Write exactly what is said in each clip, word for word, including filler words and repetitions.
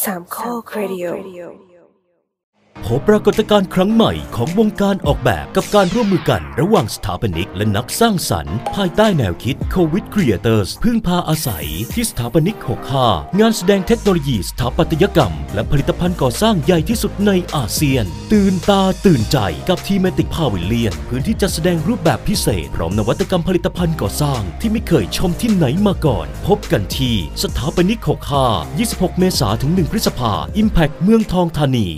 สามข้อครดิโอพบปรากฏการณ์ครั้งใหม่ของวงการออกแบบกับการร่วมมือกันระหว่างสถาปนิกและนักสร้างสรรค์ภายใต้แนวคิด Covid Creators พึ่งพาอาศัยที่สถาปนิกหกสิบห้างานแสดงเทคโนโลยีสถาปัตยกรรมและผลิตภัณฑ์ก่อสร้างใหญ่ที่สุดในอาเซียนตื่นตาตื่นใจกับทีเมติกพาวิลเลียนพื้นที่จัดแสดงรูปแบบพิเศษพร้อมนวัตกรรมผลิตภัณฑ์ก่อสร้างที่ไม่เคยชมที่ไหนมาก่อนพบกันที่สถาปนิกหกสิบห้า ยี่สิบหกเมษายนถึงหนึ่งพฤษภาคม Impact เมืองทองธานี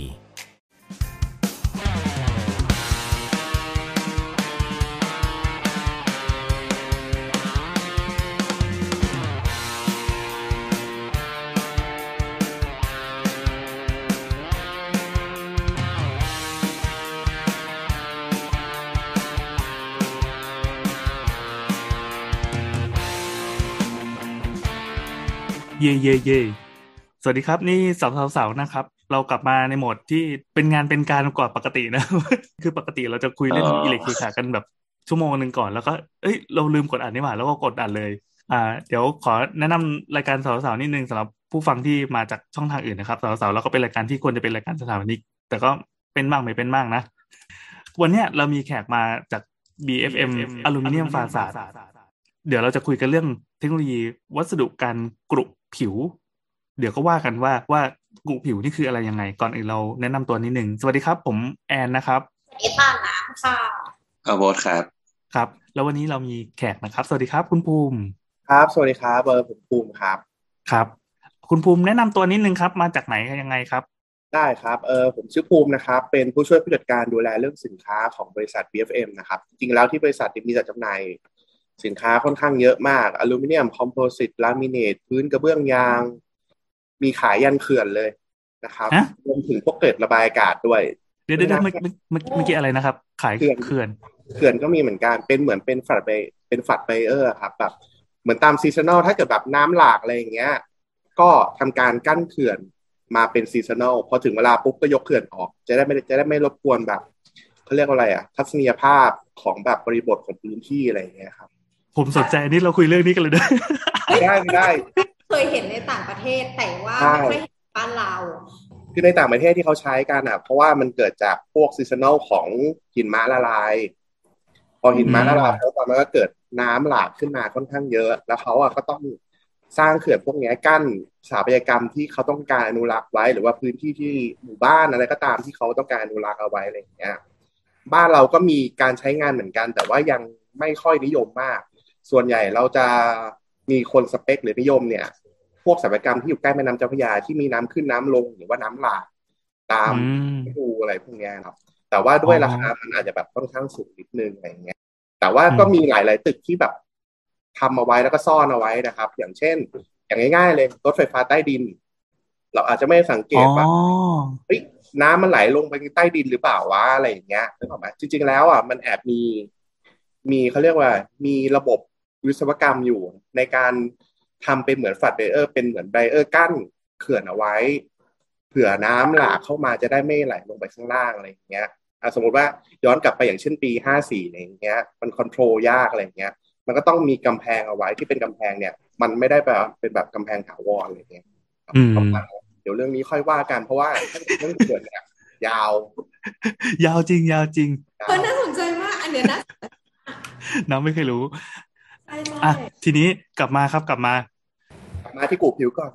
เย่เย่เย่สวัสดีครับนี่สาวสาวสาวนะครับเรากลับมาในโหมดที่เป็นงานเป็นการกว่าปกตินะ คือปกติเราจะคุยเรื่องอิเล็กทริกกันแบบชั่วโมงนึงก่อนแล้วก็เอ้ยเราลืมกดอัดนี่หว่าแล้วก็กดอัดเลยอ่าเดี๋ยวขอแนะนำรายการสาวสาวนิดนึงสำหรับผู้ฟังที่มาจากช่องทางอื่นนะครับสาวสาวแล้วก็เป็นรายการที่ควรจะเป็นรายการสถาปนิกแต่ก็เป็นบ้างไม่เป็นบ้างนะวันนี้เรามีแขกมาจาก บี เอฟ เอ็ม อลูมิเนียมฟาซาดเดี๋ยวเราจะคุยกันเรื่องเทคโนโลยีวัสดุการกรุผิวเดี๋ยวก็ว่ากันว่าว่ากรุผิวนี่คืออะไรยังไงก่อนอื่นเราแนะนำตัวนิดนึงสวัสดีครับผมแอนนะครับเอต้าน้ำค่ะอาโบสครับครับแล้ววันนี้เรามีแขกนะครับสวัสดีครับคุณภูมิครับสวัสดีครับเบอร์ผมภูมิครับครับคุณภูมิแนะนำตัวนิดนึงครับมาจากไหนยังไงครับได้ครับเออผมชื่อภูมินะครับเป็นผู้ช่วยผู้จัดการดูแลเรื่องสินค้าของบริษัท บี เอฟ เอ็ม นะครับจริงๆแล้วที่บริษัทมีจัดจำหน่ายสินค้าค่อนข้างเยอะมากอลูมิเนียมคอมโพสิตลามิเนตพื้นกระเบื้องยางมีขายยันเขื่อนเลยนะครับรวมถึงพวกเกล็ดระบายอากาศด้วยเดี๋ยวเดี๋ยวเมื่อเมื่อกี้อะไรนะครับขายเขื่อนเขื่อนเขื่อนก็มีเหมือนกันเป็นเหมือนเป็นฝัดเบเป็นฝัดเบเออร์ครับแบบเหมือนตามซีซันอลถ้าเกิดแบบน้ำหลากอะไรอย่างเงี้ยก็ทำการกั้นเขื่อนมาเป็นซีซันอลพอถึงเวลาปุ๊บก็ยกเขื่อนออกจะได้ไม่จะได้ไม่รบกวนแบบเขาเรียกว่าอะไรอ่ะทัศนียภาพของแบบบริบทของพื้นที่อะไรอย่างเงี้ยครับผมสนใจอันนี้เราคุยเรื่องนี้กันเลยได้ได้ได้เคยเห็นในต่างประเทศแต่ว่าไม่ค่อยเห็นบ้านเราคือในต่างประเทศที่เขาใช้กันอ่ะเพราะว่ามันเกิดจากพวกซีซันอลของหินม้าละลายพอหินม้าละลายแล้วมันก็เกิดน้ำหลากขึ้นมาค่อนข้างเยอะแล้วเขาอ่ะก็ต้องสร้างเขื่อนพวกนี้กั้นสถาปัตยกรรมที่เขาต้องการอนุรักษ์ไว้หรือว่าพื้นที่ที่หมู่บ้านอะไรก็ตามที่เขาต้องการอนุรักษ์เอาไว้อะไรอย่างเงี้ยบ้านเราก็มีการใช้งานเหมือนกันแต่ว่ายังไม่ค่อยนิยมมากส่วนใหญ่เราจะมีคนสเปคหรือนิยมเนี่ยพวกสถาปัตยกรรมที่อยู่ใกล้แม่น้ำเจ้าพระยาที่มีน้ำขึ้นน้ำลงหรือว่าน้ำหลากตามภูอะไรพวกนี้ครับแต่ว่าด้วยราคามันอาจจะแบบค่อนข้างสูงนิดนึงอะไรอย่างเงี้ยแต่ว่าก็มีหลายๆตึกที่แบบทำเอาไว้แล้วก็ซ่อนเอาไว้นะครับอย่างเช่นอย่างง่ายๆเลยรถไฟฟ้าใต้ดินเราอาจจะไม่สังเกตว่าเฮ้ยน้ำมันไหลลงไปใต้ดินหรือเปล่าวะอะไรอย่างเงี้ยนึกออกไหมจริงๆแล้วอ่ะมันแอบมีมีเขาเรียกว่ามีระบบวิศวกรรมอยู่ในการทำเป็นเหมือนฝัดเบเออร์เป็นเหมือนไบเออร์กั้นเขื่อนเอาไว้เผื่อน้ำหลากเข้ามาจะได้ไม่ไหลลงไปข้างล่างอะไรอย่างเงี้ยสมมติว่าย้อนกลับไปอย่างเช่นปีห้าสี่อะไรอย่างเงี้ยมันคอนโทรลยากอะไรอย่างเงี้ยมันก็ต้องมีกำแพงเอาไว้ที่เป็นกำแพงเนี่ยมันไม่ได้แบบเป็นแบบกำแพงถาวรอะไรอย่างเงี้ยเดี๋ยวเรื่องนี้ค่อยว่ากันเพราะว่าเรื่องเขื่อนเนี่ยยาวยาวจริงยาวจริงเออน่าสนใจมากอันเนี้ยนะน้ำไม่เคยรู้อ่ะทีนี้กลับมาครับกลับมากลับมาที่กูผิวก่อน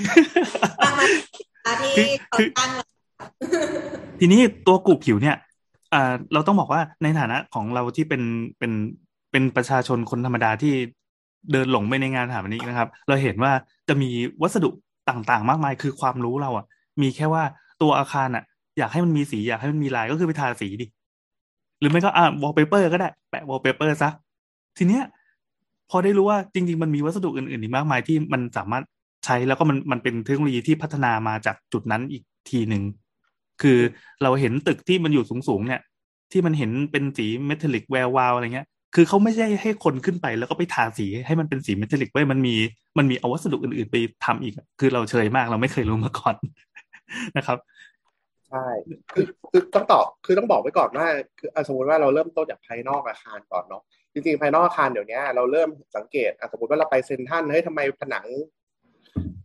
มาที่เขาตั้งทีนี้ตัวกูผิวเนี่ยอ่าเราต้องบอกว่าในฐานะของเราที่เป็นเป็นเป็นประชาชนคนธรรมดาที่เดินหลงไปในงานสถาปนิกนะครับเราเห็นว่าจะมีวัสดุต่างๆมากมายคือความรู้เราอ่ะมีแค่ว่าตัวอาคารอ่ะอยากให้มันมีสีอยากให้มันมีลายก็คือไปทาสีดิหรือไม่ก็อ่าวอลเปเปอร์ก็ได้แปะวอลเปเปอร์ซะทีเนี้ยพอได้รู้ว่าจริงๆมันมีวัสดุอื่นๆอีกมากมายที่มันสามารถใช้แล้วก็มันมันเป็นเทคโนโลยีที่พัฒนามาจากจุดนั้นอีกทีหนึ่งคือเราเห็นตึกที่มันอยู่สูงๆเนี่ยที่มันเห็นเป็นสีเมทัลลิกแวววาวอะไรเงี้ยคือเขาไม่ใช่ให้คนขึ้นไปแล้วก็ไปทาสีให้มันเป็นสีเมทัลลิกไว้มันมีมันมีเอาวัสดุอื่นๆไปทำอีกคือเราเชยมากเราไม่เคยรู้มาก่อนนะครับใช่คือคือต้องตอบคือต้องบอกไว้ก่อนว่าคือสมมติว่าเราเริ่มต้นจากภายนอกอาคารก่อนเนาะจริงๆภายนอกอาคารเดี๋ยวนี้เราเริ่มสังเกตสมมติว่าเราไปเซ็นทรัลเฮ้ยทำไมผนัง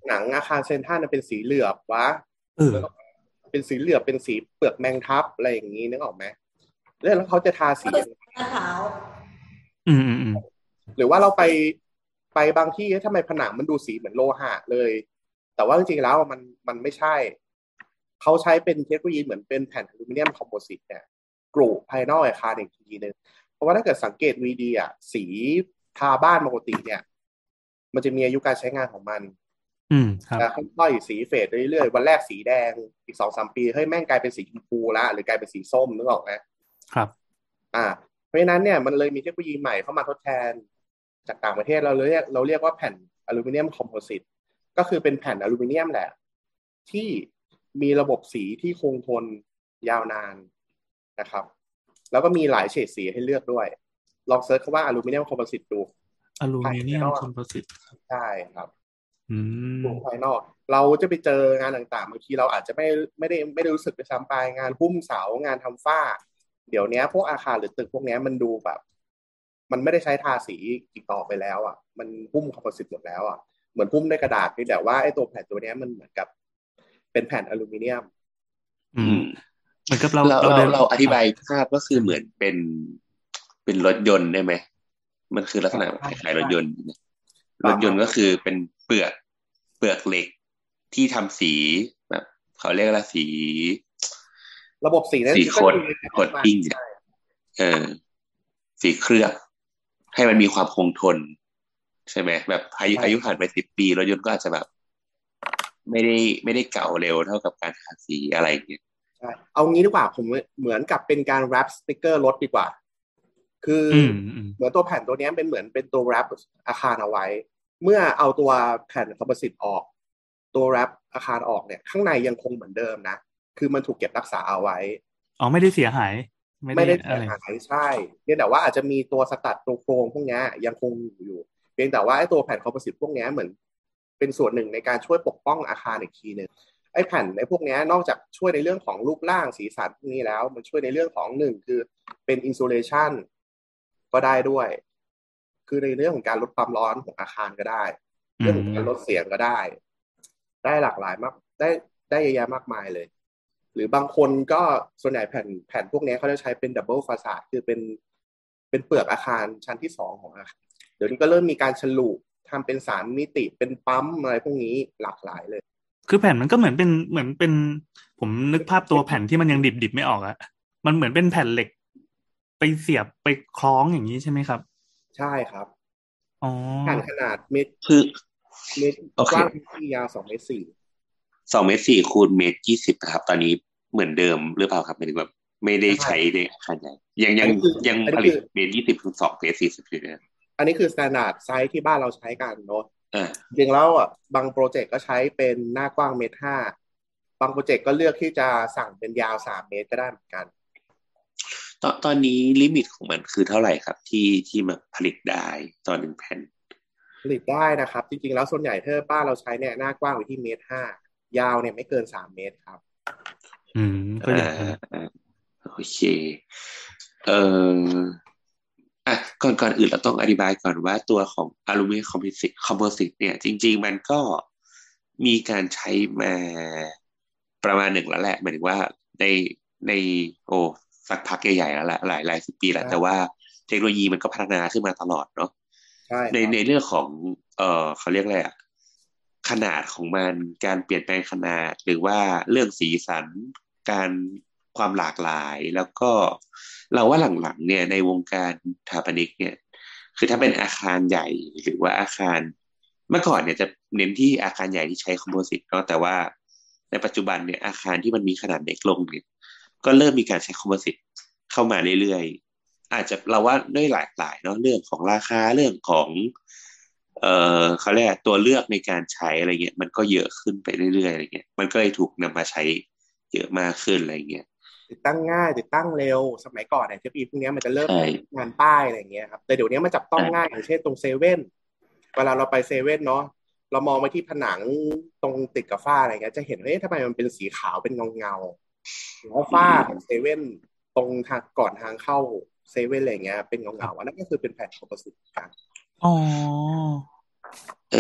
หนังอาคารเซ็นทรัลเป็นสีเหลือบวะเออเป็นสีเหลือบเป็นสีเปลือกแมงทับอะไรอย่างนี้นึกออกไหมแล้วเขาจะทาสีขาวอืมอืมอืมหรือว่าเราไปไปบางที่ทำไมผนังมันดูสีเหมือนโลหะเลย แต่ว่าจริงๆแล้วมันมันไม่ใช่เขาใช้เป็นเทคโนโลยีเหมือนเป็นแผ่นอลูมิเนียมคอมโพสิตเนี่ยกรุภายนอกอาคารอีกทีนึงเพราะว่าถ้าเกิดสังเกตวีดีอ่ะสีทาบ้านปกติเนี่ยมันจะมีอายุการใช้งานของมันอืมครับแล้วค่อยๆสีเฟดเรื่อยๆวันแรกสีแดงอีกสองสามปีเฮ้ยแม่งกลายเป็นสีชมพูละหรือกลายเป็นสีส้มนึกออกไหมครับอ่าเพราะฉะนั้นเนี่ยมันเลยมีเทคโนโลยีใหม่เข้ามาทดแทนจากต่างประเทศเราเรียกเราเรียกว่าแผ่นอลูมิเนียมคอมโพสิตก็คือเป็นแผ่นอลูมิเนียมแหละที่มีระบบสีที่คงทนยาวนานนะครับแล้วก็มีหลายเฉดสีให้เลือกด้วยลองเซิร์ชคำว่าอลูมิเนียมคอมโพสิตดูอลูมิเนียมคอมโพสิตใช่ครับอืมดูภายนอกเราจะไปเจองานต่างๆบางทีเราอาจจะไม่ไม่ได้ไม่ได้รู้สึกไปซ้ำไปงานหุ้มเสางานทำฝ้าเดี๋ยวนี้พวกอาคารหรือตึกพวกนี้มันดูแบบ มันไม่ได้ใช้ทาสีอีกต่อไปแล้วอ่ะมันหุ้มคอมโพสิตหมดแล้วอ่ะเหมือนหุ้มด้วยกระดาษแต่ว่าไอ้ตัวแผ่นตัวนี้มันเหมือนกับเป็นแผ่นอลูมิเนียมอืมเหมือนกับเราเราเราเราเดินเราอธิบายภาพก็คือเหมือนเป็นเป็นรถยนต์ได้ไหมมันคือลักษณะคล้ายๆรถยนต์นะรถยนต์ก็คือเป็นเปลือกเปลือกเหล็กที่ทำสีแบบเขาเรียกว่าสีระบบสีนั้นสีโคดโคดปิ้งเออสีเคลือบให้มันมีความคงทนใช่ไหมแบบอายุอายุผ่านไปสิบปีรถยนต์ก็อาจจะแบบไม่ได้ไม่ได้เก่าเร็วเท่ากับการทาสีอะไรอย่างเงี้ยใช่เอางี้ดีกว่าผมเหมือนกับเป็นการแรปสติกเกอร์รถดีกว่าคือเหมือนตัวแผ่นตัวนี้เป็นเหมือนเป็นตัวแรปอาคารเอาไว้เมื่อเอาตัวแผ่นคอมโพสิตออกตัวแรปอาคารออกเนี่ยข้างในยังคงเหมือนเดิมนะคือมันถูกเก็บรักษาเอาไว้อ๋อไม่ได้เสียหายไม่ได้เสียหายใช่เพียงแต่ว่าอาจจะมีตัวสตัดตัวโครงพวกนี้ยังคงอยู่เพียงแต่ว่าไอ้ตัวแผ่นคอมโพสิตพวกนี้เหมือนเป็นส่วนหนึ่งในการช่วยปกป้องอาคารอีกทีนึงไอ้แผ่นในพวกนี้นอกจากช่วยในเรื่องของรูปร่างสีสันพวกนี้แล้วมันช่วยในเรื่องของหนึ่งคือเป็นอินซูเลชันก็ได้ด้วยคือในเรื่องของการลดความร้อนของอาคารก็ได้เรื่องของการลดเสียงก็ได้ได้หลากหลายมากได้ได้เยอะแยะมากมายเลยหรือบางคนก็ส่วนใหญ่แผ่นแผ่นพวกนี้เขาจะใช้เป็นดับเบิลฟาซาดคือเป็นเป็นเปลือกอาคารชั้นที่สองของอาคารเดี๋ยวนี้ก็เริ่มมีการฉลุทำเป็นสามมิติเป็นปั๊มอะไรพวกนี้หลากหลายเลยคือแผ่นมันก็เหมือนเป็นเหมือนเป็นผมนึกภาพตัวแผ่นที่มันยังดิบดิบไม่ออกอะมันเหมือนเป็นแผ่นเหล็กไปเสียบไปคล้องอย่างนี้ใช่ไหมครับใช่ครับอ๋อแผ่นขนาดเมตรคือเมตรกว้างที่ยาวสองเมตรสี่สองเมตรสี่คูณเมตรยี่สิบนะครับตอนนี้เหมือนเดิมหรือเปล่าครับหมายถึงแบบไม่ได้ใช้ในอาคารใหญ่ยังยังยังผลิตเมตรยี่สิบคูณสองเมตรสี่สิบเลยอันนี้คือ standard ไซส์ที่บ้านเราใช้กันเนาะจริงแล้วอ่ะบางโปรเจกต์ก็ใช้เป็นหน้ากว้างเมตรห้าบางโปรเจกต์ก็เลือกที่จะสั่งเป็นยาวสามเมตรก็ได้เหมือนกันตอนตอนนี้ลิมิตของมันคือเท่าไหร่ครับที่ที่มาผลิตได้ตอนหนึ่งแผ่นผลิตได้นะครับจริงๆแล้วส่วนใหญ่ถ้าบ้านเราใช้เนี่ยหน้ากว้างอยู่ที่เมตรห้ายาวเนี่ยไม่เกินสามเมตรครับอืมก็อย่างนั้นโอเคเอ่ออ่ะก่อนก่อนอื่นเราต้องอธิบายก่อนว่าตัวของอลูมิเนียมคอมโพสิตคอมโพสิตเนี่ยจริงๆมันก็มีการใช้มาประมาณหนึ่งแล้วแหละหมายถึงว่าในในโอ้สักพักใหญ่ๆแล้วแหละหลายหลายสิบปีแล้วแต่ว่าเทคโนโลยีมันก็พัฒนาขึ้นมาตลอดเนาะในในเรื่องของเอ่อเขาเรียกอะไรอ่ะขนาดของมันการเปลี่ยนแปลงขนาดหรือว่าเรื่องสีสันการความหลากหลายแล้วก็เราว่าหลังๆเนี่ยในวงการสถาปนิกเนี่ยคือถ้าเป็นอาคารใหญ่หรือว่าอาคารเมื่อก่อนเนี่ยจะเน้นที่อาคารใหญ่ที่ใช้คอมโพสิตเนาะแต่ว่าในปัจจุบันเนี่ยอาคารที่มันมีขนาดเล็กลงเนี่ยก็เริ่มมีการใช้คอมโพสิตเข้ามาเรื่อยๆอาจจะเราว่าด้วยหลากหลายเนาะเรื่องของราคาเรื่องของเอ่อเขาเรียกตัวเลือกในการใช้อะไรเงี้ยมันก็เยอะขึ้นไปเรื่อยๆอะไรเงี้ยมันก็เลยถูกนำมาใช้เยอะมากขึ้นอะไรเงี้ยติดตั้งง่ายติดตั้งเร็วสมัยก่อนเนี่ยเทคโนโลยีพวกนี้มันจะเริ่มงานป้ายอะไรอย่างเงี้ยครับแต่เดี๋ยวนี้มันจับต้องง่ายอย่างเช่นตรงเซเว่นเวลาเราไปเซเว่นเนาะเรามองไปที่ผนังตรงติดกับฝ้าอะไรเงี้ยจะเห็นว่าเอ๊ะทำไมมันเป็นสีขาวเป็นเงาเงาแล้วฝ้าของเซเว่นตรงทางก่อนทางเข้าเซเว่นอะไรเงี้ยเป็นเงาเงาอันนั้นก็คือเป็นแผ่นคอมโพสิตกันอ๋อเออ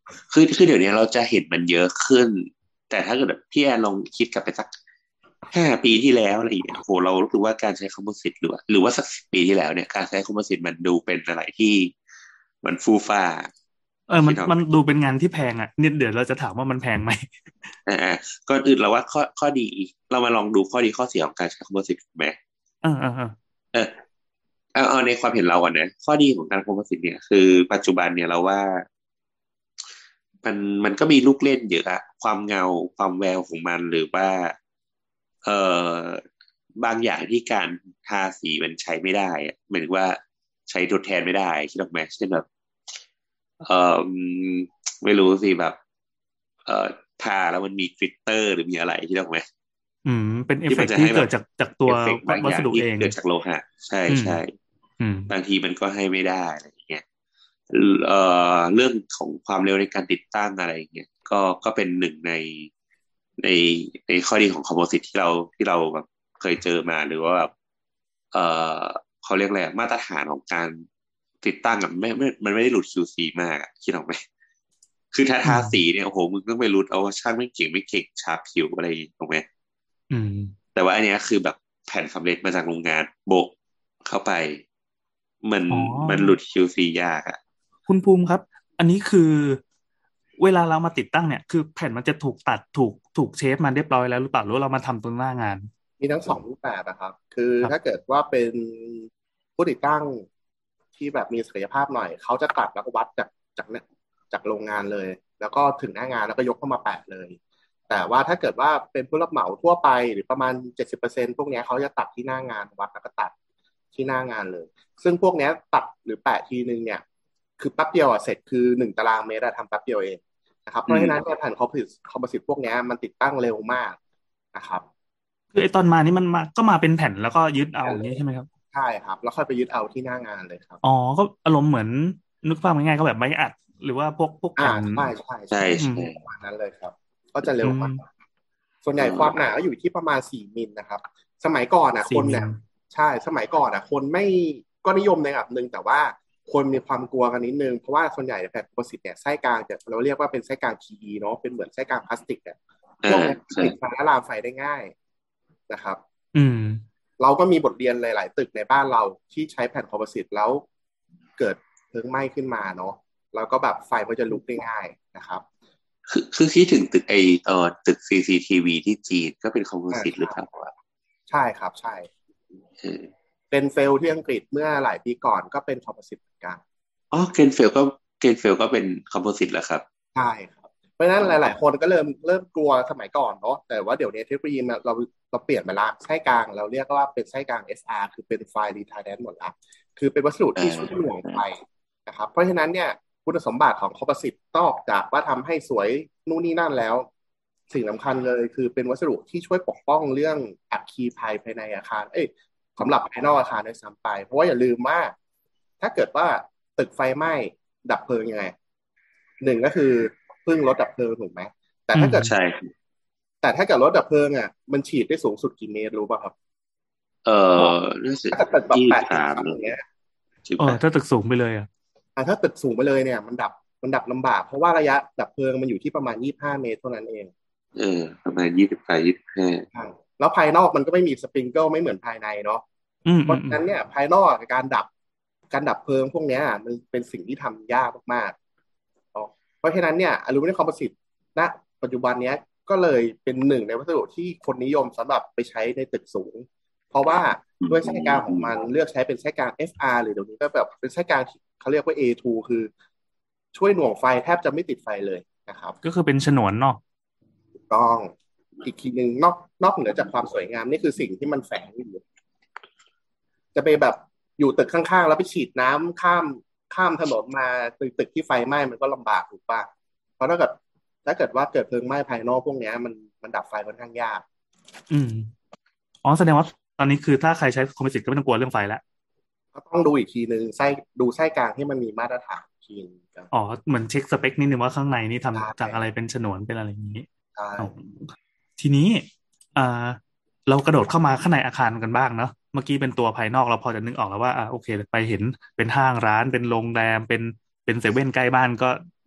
คือคือเดี๋ยวนี้เราจะเห็นมันเยอะขึ้นแต่ถ้าเกิดพี่แอนลองคิดกลับไปสักห้าปีที่แล้วอะไรอย่างเงี้ยโหเรารู้สึกว่าการใช้คอมโพสิตหรือว่าหรือว่าสักสิบปีที่แล้วเนี่ยการใช้คอมโพสิตมันดูเป็นอะไรที่มันฟูฟ้าเออมันคิดออกไหมมันดูเป็นงานที่แพงอ่ะเนี่ยเดี๋ยวเราจะถามว่ามันแพงไหมอ่าก่อนอื่นเราว่าข้อข้อดีเรามาลองดูข้อดีข้อเสียของการใช้คอมโพสิตไหมเออเออเออเออเอาเอาในความเห็นเราก่อนนะข้อดีของการคอมโพสิตเนี่ยคือปัจจุบันเนี่ยเราว่ามันมันก็มีลูกเล่นเยอะอะความเงาความแววของมันหรือว่าเอ่อบางอย่างที่การทาสีมันใช้ไม่ได้อะหมายถึงว่าใช้ทดแทนไม่ได้คิดออกไหมเช่นแบบเอ่อไม่รู้สิแบบเอ่อทาแล้วมันมีกลิตเตอร์หรือมีอะไรคิดออกไหมอืมเป็นเอฟที่เฟกต์มันจะให้แบบที่เกิดจากจากตัวเอฟเฟกต์บางวัอย่างที่สดุเองเกิดจากโลหะใช่อืมใช่อืมบางทีมันก็ให้ไม่ได้อะไรอย่างเงี้ยเอ่อเรื่องของความเร็วในการติดตั้งอะไรอย่างเงี้ยก็ก็เป็นหนึ่งในในในข้อดีของคอมโพสิตที่เราที่เราแบบเคยเจอมาหรือว่าแบบเอ่อเขาเรียกอะไรอะมาตรฐานของการติดตั้งอะไม่ไม่มันไม่ได้หลุด คิว ซี มากอะคิดออกไหมคือถ้าอืมทาสีเนี่ยโอ้โหมึงต้องไปรุดเอาว่าช่างไม่เก่งไม่เก่งฉาบผิวอะไรอย่างงี้ถูกไหมอืมแต่ว่าอันเนี้ยคือแบบแผ่นสำเร็จมาจากโรงงานโบกเข้าไปมันอ๋อมันหลุด คิว ซี ยากอะคุณภูมิครับอันนี้คือเวลาเรามาติดตั้งเนี่ยคือแผ่นมันจะถูกตัดถูกถูกเชฟมาเรียบร้อยแล้วหรือเปล่าหรือว่าเรามาทำตรงหน้างานมีทั้งสองรูปแบบนะครับคือถ้าครับเกิดว่าเป็นผู้ติดตั้งที่แบบมีศักยภาพหน่อยเขาจะตัดแล้วก็วัดจากจากเนี่ยจากโรงงานเลยแล้วก็ถึงหน้างานแล้วก็ยกเข้ามาแปะเลยแต่ว่าถ้าเกิดว่าเป็นผู้รับเหมาทั่วไปหรือประมาณเจ็ดสิบเปอร์เซ็นต์พวกเนี้ยเขาจะตัดที่หน้างานวัดแล้วก็ตัดที่หน้างานเลยซึ่งพวกเนี้ยตัดหรือแปะทีนึงเนี่ยคือแป๊บเดียวอ่ะเสร็จคือหนึ่งตารางเมตรอะทำแป๊บเดียวเองนะครับเพอืมราะฉะนั้นเนี่ยแผ่นคอมโพสิตคอมโพสิตพวกเนี้ยมันติดตั้งเร็วมากนะครับคือไอ้ตอนมานี่มันมาก็มาเป็นแผ่นแล้วก็ยึดเอาอย่างแผ่นเลยนี้ใช่ไหมครับใช่ครับแล้วค่อยไปยึดเอาที่หน้างานเลยครับอ๋อก็อารมณ์เหมือนนึกภาพง่ายๆก็แบบไม้อัดหรือว่าพวกพวกอ่าแผ่นใช่ใช่ใช่ใช่อืมใช่ประมาณนั้นเลยครับก็จะเร็อืวมากมส่วนใหเอญ่ความหนาอก็อยู่ที่ประมาณสี่มิลนะครับสมัยก่อนอ่ะคสี่มิลนเนี่ยใช่สมัยก่อนอ่ะคนไม่ก็นิยมในระดับหนึ่งแต่ว่าคนมีความกลัวกันนิดนึงเพราะว่าส่วนใหญ่แผ่นคอมโพสิตเนี่ยไส้กลางจะเราเรียกว่าเป็นไส้กลาง พี อี เนาะเป็นเหมือนไส้กลางพลาสติกอ่ะพอ่าวกเนี้ยใช่ติดไฟและลามไฟได้ง่ายนะครับอืมเราก็มีบทเรียนหลายๆตึกในบ้านเราที่ใช้แผ่นคอมโพสิตแล้วเกิดเพลิงไหม้ขึ้นมาเนาะแล้วก็แบบไฟมันจะลุกได้ง่ายนะครับคือคือคิดถึงตึกไอเออตึก ซี ซี ที วี ที่จีนก็เป็นคอมโพอ่าสิตหรือใช่เปล่าวะใช่ครับใช่เออเป็นเฟลที่อังกฤษเมื่อหลายปีก่อนก็เป็นคอมโพสิตเหมือนกันอ๋อเกรนเฟลก็เกรนเฟลก็เป็นคอมโพสิตเหรอครับใช่ครับเพราะฉะนั้นอ๋อหลายๆคนก็เริ่มเริ่มกลัวสมัยก่อนเนาะแต่ว่าเดี๋ยวนี้เทคโนโลยีมันเราเราเปลี่ยนไปละไส้กลางเราเรียกว่าเป็นไส้กลาง เอส อาร์ คือเป็นไฟ retardant หมดละคือเป็นวัสดุอ่าที่ช่วยหน่วงอ่าไฟนะครับเพราะฉะนั้นเนี่ยคุณสมบัติของคอมโพสิตนอกจากว่าทำให้สวยนู่นนี่นั่นแล้วสิ่งสำคัญเลยคือเป็นวัสดุที่ช่วยปกป้องเรื่องอัคคีภัยภายในอาคารเอ้ยสำหรับภายนอกอาคารด้วยซ้ำไปเพราะว่าอย่าลืมว่าถ้าเกิดว่าตึกไฟไหม้ดับเพลิงยังไงหนึ่งก็คือพึ่งรถดับเพลิงถูกไหมแต่อืมถ้าเกิดใช่แต่ถ้าเกิดรถดับเพลิงอ่ะมันฉีดได้สูงสุดกี่เมตรรู้ป่ะครับเออรู้สึกถ้าเกิดแบบยี่แปดสิบสามเนอะชั้นอย่างเงี้ยสิบแปดเออถ้าตึกสูงไปเลยอ่ะอ่ะถ้าตึกสูงไปเลยเนี่ยมันดับมันดับลำบากเพราะว่าระยะดับเพลิงมันอยู่ที่ประมาณยี่สิบห้าเมตรเท่านั้นเองเออประมาณยี่สิบแปดยี่สิบห้าใช่แล้วภายนอกมันก็ไม่มีสปริงเกิลไม่เหมือนภายในเนาะอืมเพราะฉะอืมอืมนั้นเนี่ยภายนอกการดับการดับเพลิงพวกเนี้ยมันเป็นสิ่งที่ทำยากมากๆเนาะเพราะฉะนั้นเนี่ยอลูมิเนียมคอมโพสิตณปัจจุบันเนี้ยก็เลยเป็นหนึ่งในวัสดุที่คนนิยมสำหรับไปใช้ในตึกสูงเพราะว่าอืด้วยไส้กลางของมันมเลือกใช้เป็นไส้กลาง เอฟ อาร์ หรือเดี๋ยวนี้ก็แบบเป็นไส้กลางเขาเรียกว่า เอ ทู คือช่วยหน่วงไฟแทบจะไม่ติดไฟเลยนะครับก็คือเป็นฉนวนเนาะถูกต้องอีกทีหนึ่งนอกนอกเหนือจากความสวยงามนี่คือสิ่งที่มันแฝงอยู่จะไปแบบอยู่ตึกข้างๆแล้วไปฉีดน้ำข้ามข้ามถนนมาตึกตึกที่ไฟไหม้มันก็ลำบากถูกป่ะเพราะถ้าเกิดถ้าเกิดว่าเกิดเพลิงไหม้ภายนอกพวกเนี้ยมันมันดับไฟค่อนข้างยากอืมอ๋อแสดงว่าตอนนี้คือถ้าใครใช้คอมพิวเตอร์ก็ไม่ต้องกลัวเรื่องไฟแล้วก็ต้องดูอีกทีหนึ่งไส้ดูไส้กลางที่มันมีมาตรฐานอีกทีนึงครับอ๋อเหมือนเช็คสเปคนิดนึงว่าข้างในนี่ใชทำจากอะไร่เป็นฉนวนเป็นอะไรอย่างนี้ใช่อ๋อทีนี้อ่าเรากระโดดเข้ามาข้างในอาคารกันบ้างเนาะเมื่อกี้เป็นตัวภายนอกเราพอจะนึกออกแล้วว่าอ่าโอเคไปเห็นเป็นห้างร้านเป็นโรงแรมเป็นเป็นเซเว่นใกล้บ้านก็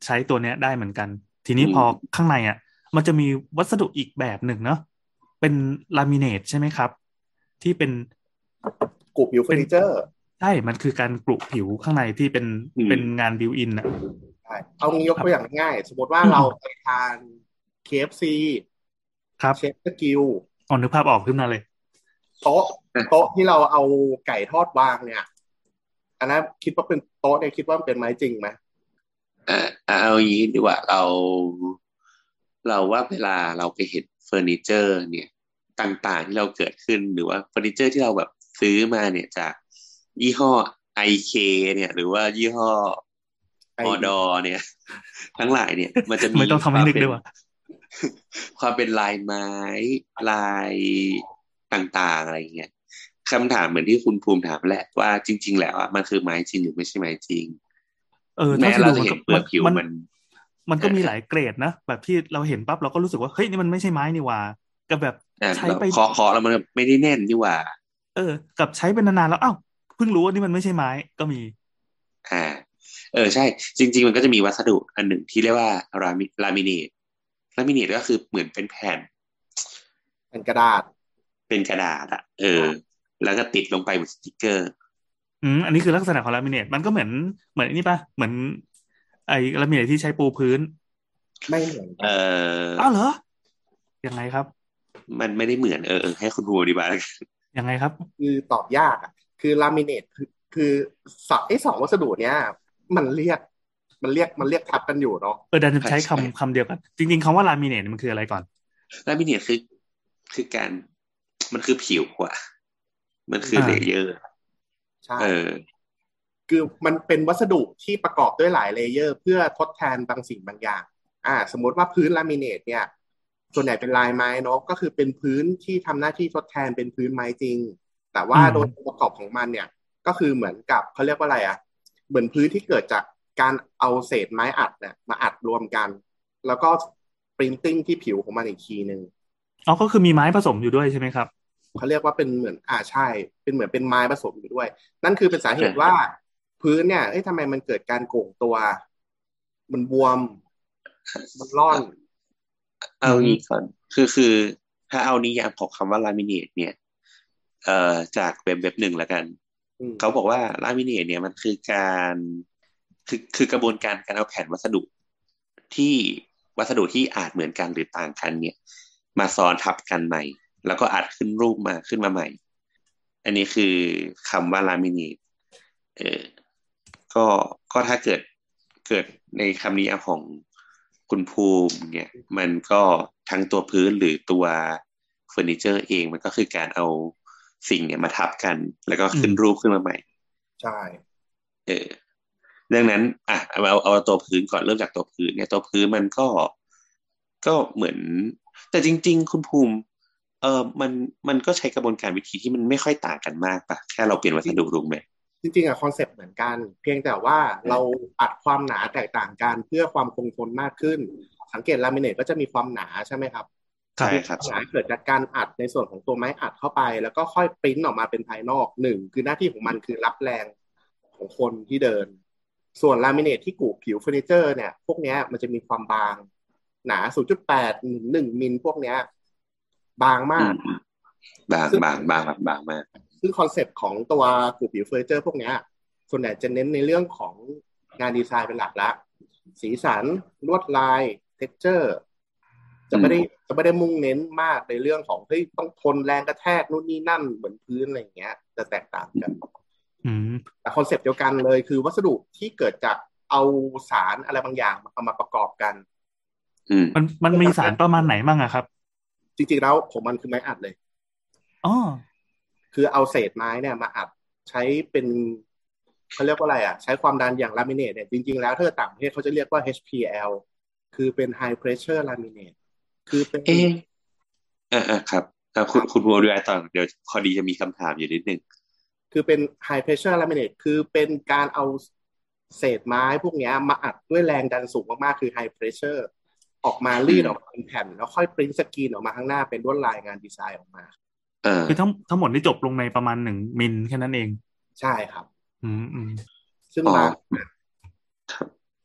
ใช้ตัวเนี้ยได้เหมือนกันทีนี้พอข้างในอ่ะมันจะมีวัสดุอีกแบบหนึ่งเนาะเป็นลามิเนตใช่ไหมครับที่เป็นกลุ่มผิวเฟอร์นิเจอร์ใช่มันคือการกรุผิวข้างในที่เป็นเป็นงานบิวอินอ่ะใช่เอางี้ยกตัวอย่างง่ายสมมติว่าเราไปทาน เค เอฟ ซีครับเชฟสกิลอ๋อนึกภาพออกขึ้นมาเลยโต๊ะโต๊ะที่เราเอาไก่ทอดวางเนี่ยอันนั้นคิดว่าเป็นโต๊ะเนี่ยคิดว่าเป็นไม้จริงไหมอ่าเอาอย่างนี้ดีกว่าเราเราว่าเวลาเราไปเห็นเฟอร์นิเจอร์เนี่ยต่างๆที่เราเกิดขึ้นหรือว่าเฟอร์นิเจอร์ที่เราแบบซื้อมาเนี่ยจากยี่ห้อ ไอ เค เนี่ยหรือว่ายี่ห้อออดอเนี่ยทั้งหลายเนี่ยมันจะมีไม่ต้องทำให้นึกด้วยว่าความเป็นลายไม้ลายต่างๆอะไรเงี้ยคำถามเหมือนที่คุณภูมิถามแหละว่าจริงๆแล้วอ่ะมันคือไม้จริงหรือไม่ใช่ไม้จริงเออแม้เราจะเห็นเปลือกผิวมันมันก็มีหลายเกรดนะแบบที่เราเห็นปั๊บเราก็รู้สึกว่าเฮ้ยนี่มันไม่ใช่ไม้นี่หว่ากับแบบใช้ไปเคาะๆแล้วมันไม่ได้แน่นนี่หว่าเออกับใช้เป็นนานๆแล้วอ้าวเพิ่งรู้ว่านี่มันไม่ใช่ไม้ก็มีอ่าเออใช่จริงๆมันก็จะมีวัสดุอันหนึ่งที่เรียกว่าลามิลามิเนตลามิเนตก็คือเหมือนเป็นแผ่นเป็นกระดาษเป็นกระดาษอะเออแล้วก็ติดลงไปบนสติกเกอร์อืมอันนี้คือลักษณะของลามิเนตมันก็เหมือนเหมือนนี่ปะเหมือนไอ้ลามิเนตที่ใช้ปูพื้นไม่เหมือนเอออ้าวเหรอยังไงครับมันไม่ได้เหมือนเออให้คุณภูอธิบายยังไงครับคือตอบยากอ่ะคือลามิเนตคือคือสองไอ้สองวัสดุเนี้ยมันเรียกมันเรียกมันเรียกทับกันอยู่เนาะเออดันใช้คำคำเดียวกันจริงๆคำว่าลามิเนตมันคืออะไรก่อนลามิเนตคือคือการมันคือผิวอะมันคือเลเยอร์ใช่เออคือมันเป็นวัสดุที่ประกอบด้วยหลายเลเยอร์เพื่อทดแทนบางสิ่งบางอย่างอ่าสมมติว่าพื้นลามิเนตเนี่ยส่วนใหญ่เป็นลายไม้เนาะก็คือเป็นพื้นที่ทำหน้าที่ทดแทนเป็นพื้นไม้จริงแต่ว่าโดยประกอบของมันเนี่ยก็คือเหมือนกับเขาเรียกว่าอะไรอ่ะเหมือนพื้นที่เกิดจากการเอาเศษไม้อัดเนี่ยมาอัดรวมกันแล้วก็ปรินติ้งที่ผิวของมันอีกทีนึงอ๋อก็คือมีไม้ผสมอยู่ด้วยใช่ไหมครับเขาเรียกว่าเป็นเหมือนอ่าใช่เป็นเหมือนเป็นไม้ผสมอยู่ด้วยนั่นคือเป็นสาเหตุว่าพื้นเนี่ยเอ้ยทำไมมันเกิดการโก่งตัวมันบวมมันร่อนเอางี้ก่อนคือคือถ้าเอานิยามของคำว่าลามิเนตเนี่ยเอ่อจากเว็บเว็บหนึ่งแล้วกันเขาบอกว่าลามิเนตเนี่ยมันคือการคือคือกระบวนการการเอาแผ่นวัสดุที่วัสดุที่อาจเหมือนกันหรือต่างกันเนี่ยมาซ้อนทับกันใหม่แล้วก็อัดขึ้นรูปมาขึ้นมาใหม่อันนี้คือคำว่าลามิเนตเออก็ก็ถ้าเกิดเกิดในคำนิยามของคุณภูมิเนี่ยมันก็ทั้งตัวพื้นหรือตัวเฟอร์นิเจอร์เองมันก็คือการเอาสิ่งเนี่ยมาทับกันแล้วก็ขึ้นรูปขึ้นมาใหม่ใช่เออดังนั้นอ่ะเอาเอาตัวพื้นก่อนเริ่มจากตัวพื้นเนี่ยตัวพื้นมันก็ก็เหมือนแต่จริงๆคุณภูมิเออมันมันก็ใช้กระบวนการวิธีที่มันไม่ค่อยต่างกันมากปะแค่เราเปลี่ยนวัสดุถูกไหมจริงๆอะคอนเซ็ปต์เหมือนกันเพียงแต่ว่าเราอัดความหนาแตกต่างกันเพื่อความคงทนมากขึ้นสังเกตลามิเนตก็จะมีความหนาใช่ไหมครับใช่ครับหนาเกิดจากการอัดในส่วนของตัวไม้อัดเข้าไปแล้วก็ค่อยปริ้นออกมาเป็นภายนอกหนึ่งคือหน้าที่ของมันคือรับแรงของคนที่เดินส่วนลามิเนตที่กูผิวเฟอร์นิเจอร์เนี่ยพวกนี้มันจะมีความบางหนา ศูนย์จุดแปด หนึ่งมิลพวกนี้บางมากบางบางบางบางมากซึ่งคอนเซ็ปต์ของตัวกูผิวเฟอร์นิเจอร์พวกนี้ส่วนใหญ่จะเน้นในเรื่องของงานดีไซน์เป็นหลักละสีสันลวดลายเท็กเจอร์จะไม่ได้จะไม่ได้มุ่งเน้นมากในเรื่องของเฮ้ยต้องทนแรงกระแทกนู่นนี่นั่นเหมือนพื้นอะไรอย่างเงี้ยจะแตกต่างกันแต่คอนเซ็ปต์เดียวกันเลยคือวัสดุที่เกิดจากเอาสารอะไรบางอย่างเอามาประกอบกันมันมันมีสารประมาณไหนบ้างอะครับจริงๆแล้วผมมันคือไม้อัดเลยอ๋อคือเอาเศษไม้เนี่ยมาอัดใช้เป็นเขาเรียกว่าอะไรอ่ะใช้ความดันอย่างลามิเนตเนี่ยจริงๆแล้วถ้าต่างประเทศเขาจะเรียกว่า เอช พี แอล คือเป็น High Pressure Laminate คือเป็นเอออ่าครับคุณคุณบัวด้วยต่อเดี๋ยวพอดีจะมีคำถามอยู่นิดนึงคือเป็น High Pressure Laminate คือเป็นการเอาเศษไม้พวกนี้มาอัดด้วยแรงดันสูงมากๆคือ High Pressure ออกมารีดออกมาเป็นแผ่นแล้วค่อยปริ้นสกรีนออกมาข้างหน้าเป็นลวดลายงานดีไซน์ออกมาคือทั้งทั้งหมดนี่จบลงในประมาณหนึ่งมิลแค่นั้นเองใช่ครับอืมอืมซึ่งบางครับ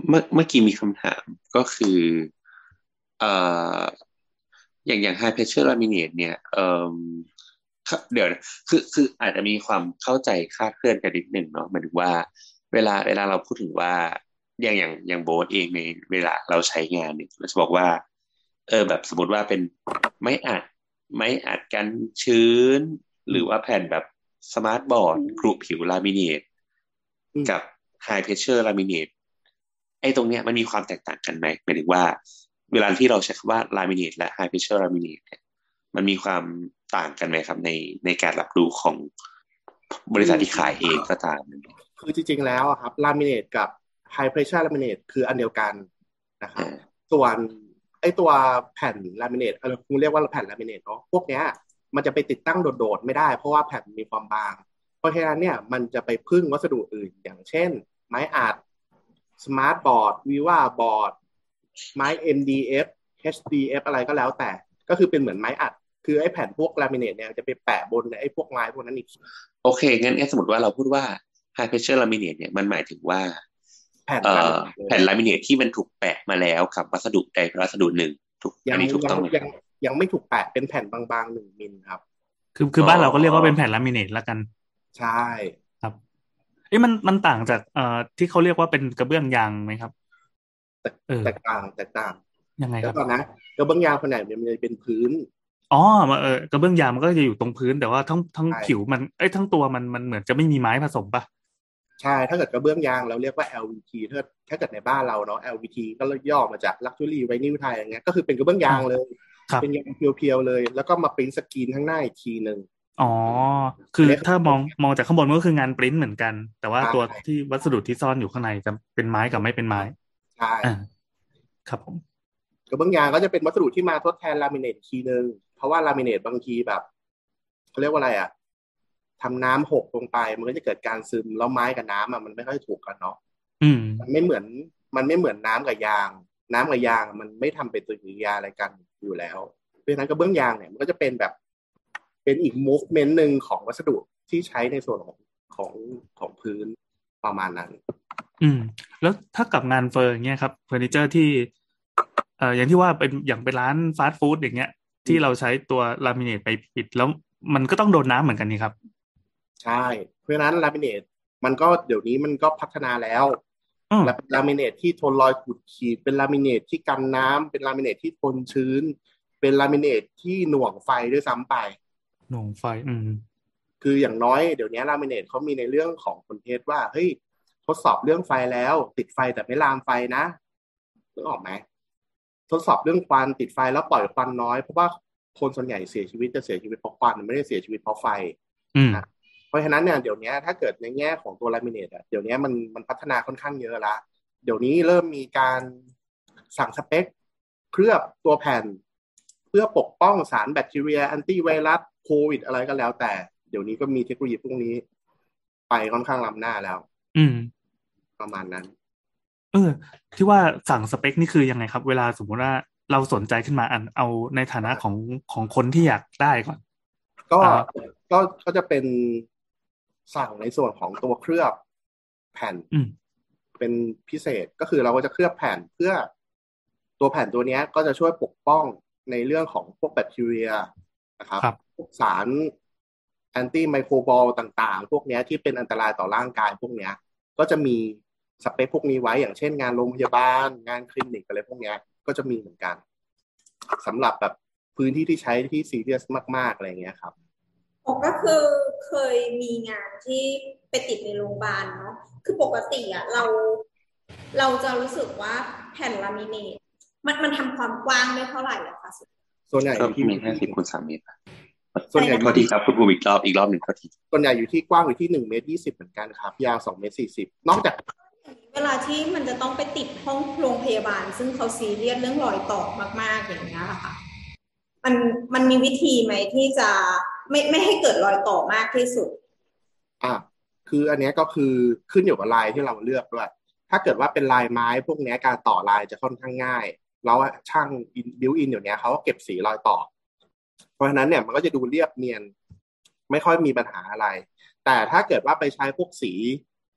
เมื่อเมื่อกี้มีคำถามก็คือเอ่ออย่างอย่าง high pressure laminate เนี่ยเอ่อเดี๋ยวคือคืออาจจะมีความเข้าใจคลาดเคลื่อนกันนิดหนึ่งเนาะหมายถึงว่าเวลาเวลาเราพูดถึงว่าอย่างอย่างอย่างโบ๊ทเองในเวลาเราใช้งานเนี่ยเราจะบอกว่าเออแบบสมมติว่าเป็นไม้อัดไม้อัดกันชื้นหรือว่าแผ่นแบบสมาร์ทบอร์ดกรุผิวลามิเนตกับ high pressure laminate ไอ้ตรงเนี้ยมันมีความแตกต่างกันไหมหมายถึงว่าเวลาที่เราใช้คำว่า laminate และ high pressure laminate เนี่ยมันมีความต่างกันไหมครับในในการรับรู้ของบริษัทที่ขายเองก็ตามคือจริงๆแล้วครับ laminate กับ high pressure laminate คืออันเดียวกันนะครับส่วนไอ้ตัวแผ่น laminate เราคุณเรียกว่าแผ่น laminate เนาะพวกเนี้ยมันจะไปติดตั้งโดดๆไม่ได้เพราะว่าแผ่นมีความบางเพราะฉะนั้นเนี่ยมันจะไปพึ่งวัสดุอื่นอย่างเช่นไม้อัดสมาร์ทบอร์ดวีว่าบอร์ดไม้ เอ็ม ดี เอฟ เอช ดี เอฟ อะไรก็แล้วแต่ก็คือเป็นเหมือนไม้อัดคือไอ้แผ่นพวกลามิเนตเนี่ยจะไปแปะบนไอ้พวกไม้พวกนั้นอีกโอเคงั้นงั้นสมมติว่าเราพูดว่า high pressure laminate เนี่ยมันหมายถึงว่าแผ่นแผ่นลามิเนตที่มันถูกแปะมาแล้วกับวัสดุใดวัสดุหนึ่งถูกอันนี้ถูกต้องไหมยังยังไม่ถูกแปะเป็นแผ่นบางๆหนึ่งมิลครับคือคือบ้านเราก็เรียกว่าเป็นแผ่นลามิเนตแล้วกันใช่ครับเอ้ยมันมันต่างจากเอ่อที่เขาเรียกว่าเป็นกระเบื้องยางไหมครับแตกต่างแตกต่างยังไงครับแล้วก่อนนะกระเบื้องยางขนาดมันจะเป็นพื้นอ๋อเออกระเบื้องยางมันก็จะอยู่ตรงพื้นแต่ว่าทั้งทั้งผิวมันเอ้ยทั้งตัวมันมันเหมือนจะไม่มีไม้ผสมป่ะใช่ถ้าเกิดกระเบื้องยางเราเรียกว่า แอล วี ที ถ้าถ้าเกิดในบ้านเราเนาะ แอล วี ที ก็ย่อมาจาก Luxury Vinyl Thai อย่างเงี้ยก็คือเป็นกระเบื้องยางเลยเป็นยางเพียวๆเลยแล้วก็มาปริ้นสกรีนข้างหน้าอีกทีนึงอ๋อคือถ้ามองมองจากข้างบนก็คืองานปริ้นเหมือนกันแต่ว่าตัวที่วัสดุที่ซ่อนอยู่ข้างในจะเป็นไม้กับไม่เป็นไม้ใช่ครับผมกระเบื้องยางก็จะเป็นวัสดุที่มาทดแทนลามิเนตทีนึงเพราะว่าลามิเนตบางทีแบบเขาเรียกว่าอะไรอ่ะทำน้ำหกลงไปมันก็จะเกิดการซึมแล้วไม้กับน้ำอ่ะมันไม่ค่อยถูกกันเนาะมันไม่เหมือนมันไม่เหมือนน้ำกับยางน้ำกับยางมันไม่ทำเป็นตัวกิริยาอะไรกันอยู่แล้วเพราะฉะนั้นกระเบื้องยางเนี่ยมันก็จะเป็นแบบเป็นอีกมูฟเมนต์หนึ่งของวัสดุที่ใช้ในส่วนของของของพื้นประมาณนั้นอืมแล้วถ้ากับงานเฟอร์อย่างเงี้ยครับเฟอร์นิเจอร์ที่เอ่ออย่างที่ว่าเป็นอย่างเป็นร้านฟาสต์ฟู้ดอย่างเงี้ยที่เราใช้ตัวลามิเนตไปปิดแล้วมันก็ต้องโดนน้ำเหมือนกันนี่ครับใช่เพราะฉะนั้นลามิเนตมันก็เดี๋ยวนี้มันก็พัฒนาแล้วและเป็นลามิเนตที่ทนรอยขูดขีดเป็นลามิเนตที่กันน้ำเป็นลามิเนตที่ทนชื้นเป็นลามิเนตที่หน่วงไฟด้วยซ้ำไปหน่วงไฟอืมคืออย่างน้อยเดี๋ยวนี้ลามิเนตเขามีในเรื่องของคอนเทนต์ว่าเฮ้ยทดสอบเรื่องไฟแล้วติดไฟแต่ไม่ลามไฟนะนึกออกไหมทดสอบเรื่องควันติดไฟแล้วปล่อยควันน้อยเพราะว่าคนส่วนใหญ่เสียชีวิตจะเสียชีวิตเพราะควันไม่ได้เสียชีวิตเพราะไฟนะเพราะฉะนั้นเนี่ยเดี๋ยวนี้ถ้าเกิดในแง่ของตัวลามิเนตอ่ะเดี๋ยวนี้มันมันพัฒนาค่อนข้างเยอะละเดี๋ยวนี้เริ่มมีการสั่งสเปคเคลือบตัวแผ่นเพื่อปกป้องสารแบคทีเรียแอนตี้ไวรัสโควิดอะไรก็แล้วแต่เดี๋ยวนี้ก็มีเทคโนโลยีพวกนี้ไปค่อนข้างล้ำหน้าแล้วอืมประมาณนั้นเออที่ว่าสั่งสเปคนี่คือยังไงครับเวลาสมมติว่าเราสนใจขึ้นมาอันเอาในฐานะของของคนที่อยากได้ก่อนก็ก็ก็จะเป็นสั่งในส่วนของตัวเคลือบแผ่นเป็นพิเศษก็คือเราก็จะเคลือบแผ่นเพื่อตัวแผ่นตัวนี้ก็จะช่วยปกป้องในเรื่องของพวกแบคทีเรียนะครับพวกสารแอนตี้ไมโครบอลต่างๆพวกนี้ที่เป็นอันตรายต่อร่างกายพวกนี้ก็จะมีสเปคพวกนี้ไว้อย่างเช่นงานโรงพยาบาลงานคลินิกอะไรพวกนี้ก็จะมีเหมือนกันสำหรับแบบพื้นที่ที่ใช้ที่ซีเรียสมากๆอะไรเงี้ยครับผมก็คือเคยมีงานที่ไปติดในโรงพยาบาลเนาะคือปกติอะเราเราจะรู้สึกว่าแผ่นลามิเนตมันมันทำความกว้างได้เท่าไหร่อะคะส่วนใหญ่อยู่ที่ห้าสิบคูณสามเมตรส่วนใหญ่ก็ดีครับคุณภูมิอีกรอบอีกรอบหนึ่งก็ทีส่วนใหญ่อยู่ที่กว้างอยู่ที่หนึ่งเมตรยี่สิบเหมือนกันครับยาวสองเมตรสี่สิบนอกจากเวลาที่มันจะต้องไปติดห้องโรงพยาบาลซึ่งเขาซีเรียสเรื่องรอยต่อมากๆอย่างเงี้ยค่ะมันมันมีวิธีไหมที่จะไม่ไม่ให้เกิดรอยต่อมากที่สุดอ่ะคืออันนี้ก็คือขึ้นอยู่กับลายที่เราเลือกด้วยถ้าเกิดว่าเป็นลายไม้พวกนี้การต่อลายจะค่อนข้างง่ายแล้วช่างบิวอินเดี๋ยวนี้เขาก็เก็บสีรอยต่อเพราะฉะนั้นเนี่ยมันก็จะดูเรียบเนียนไม่ค่อยมีปัญหาอะไรแต่ถ้าเกิดว่าไปใช้พวกสี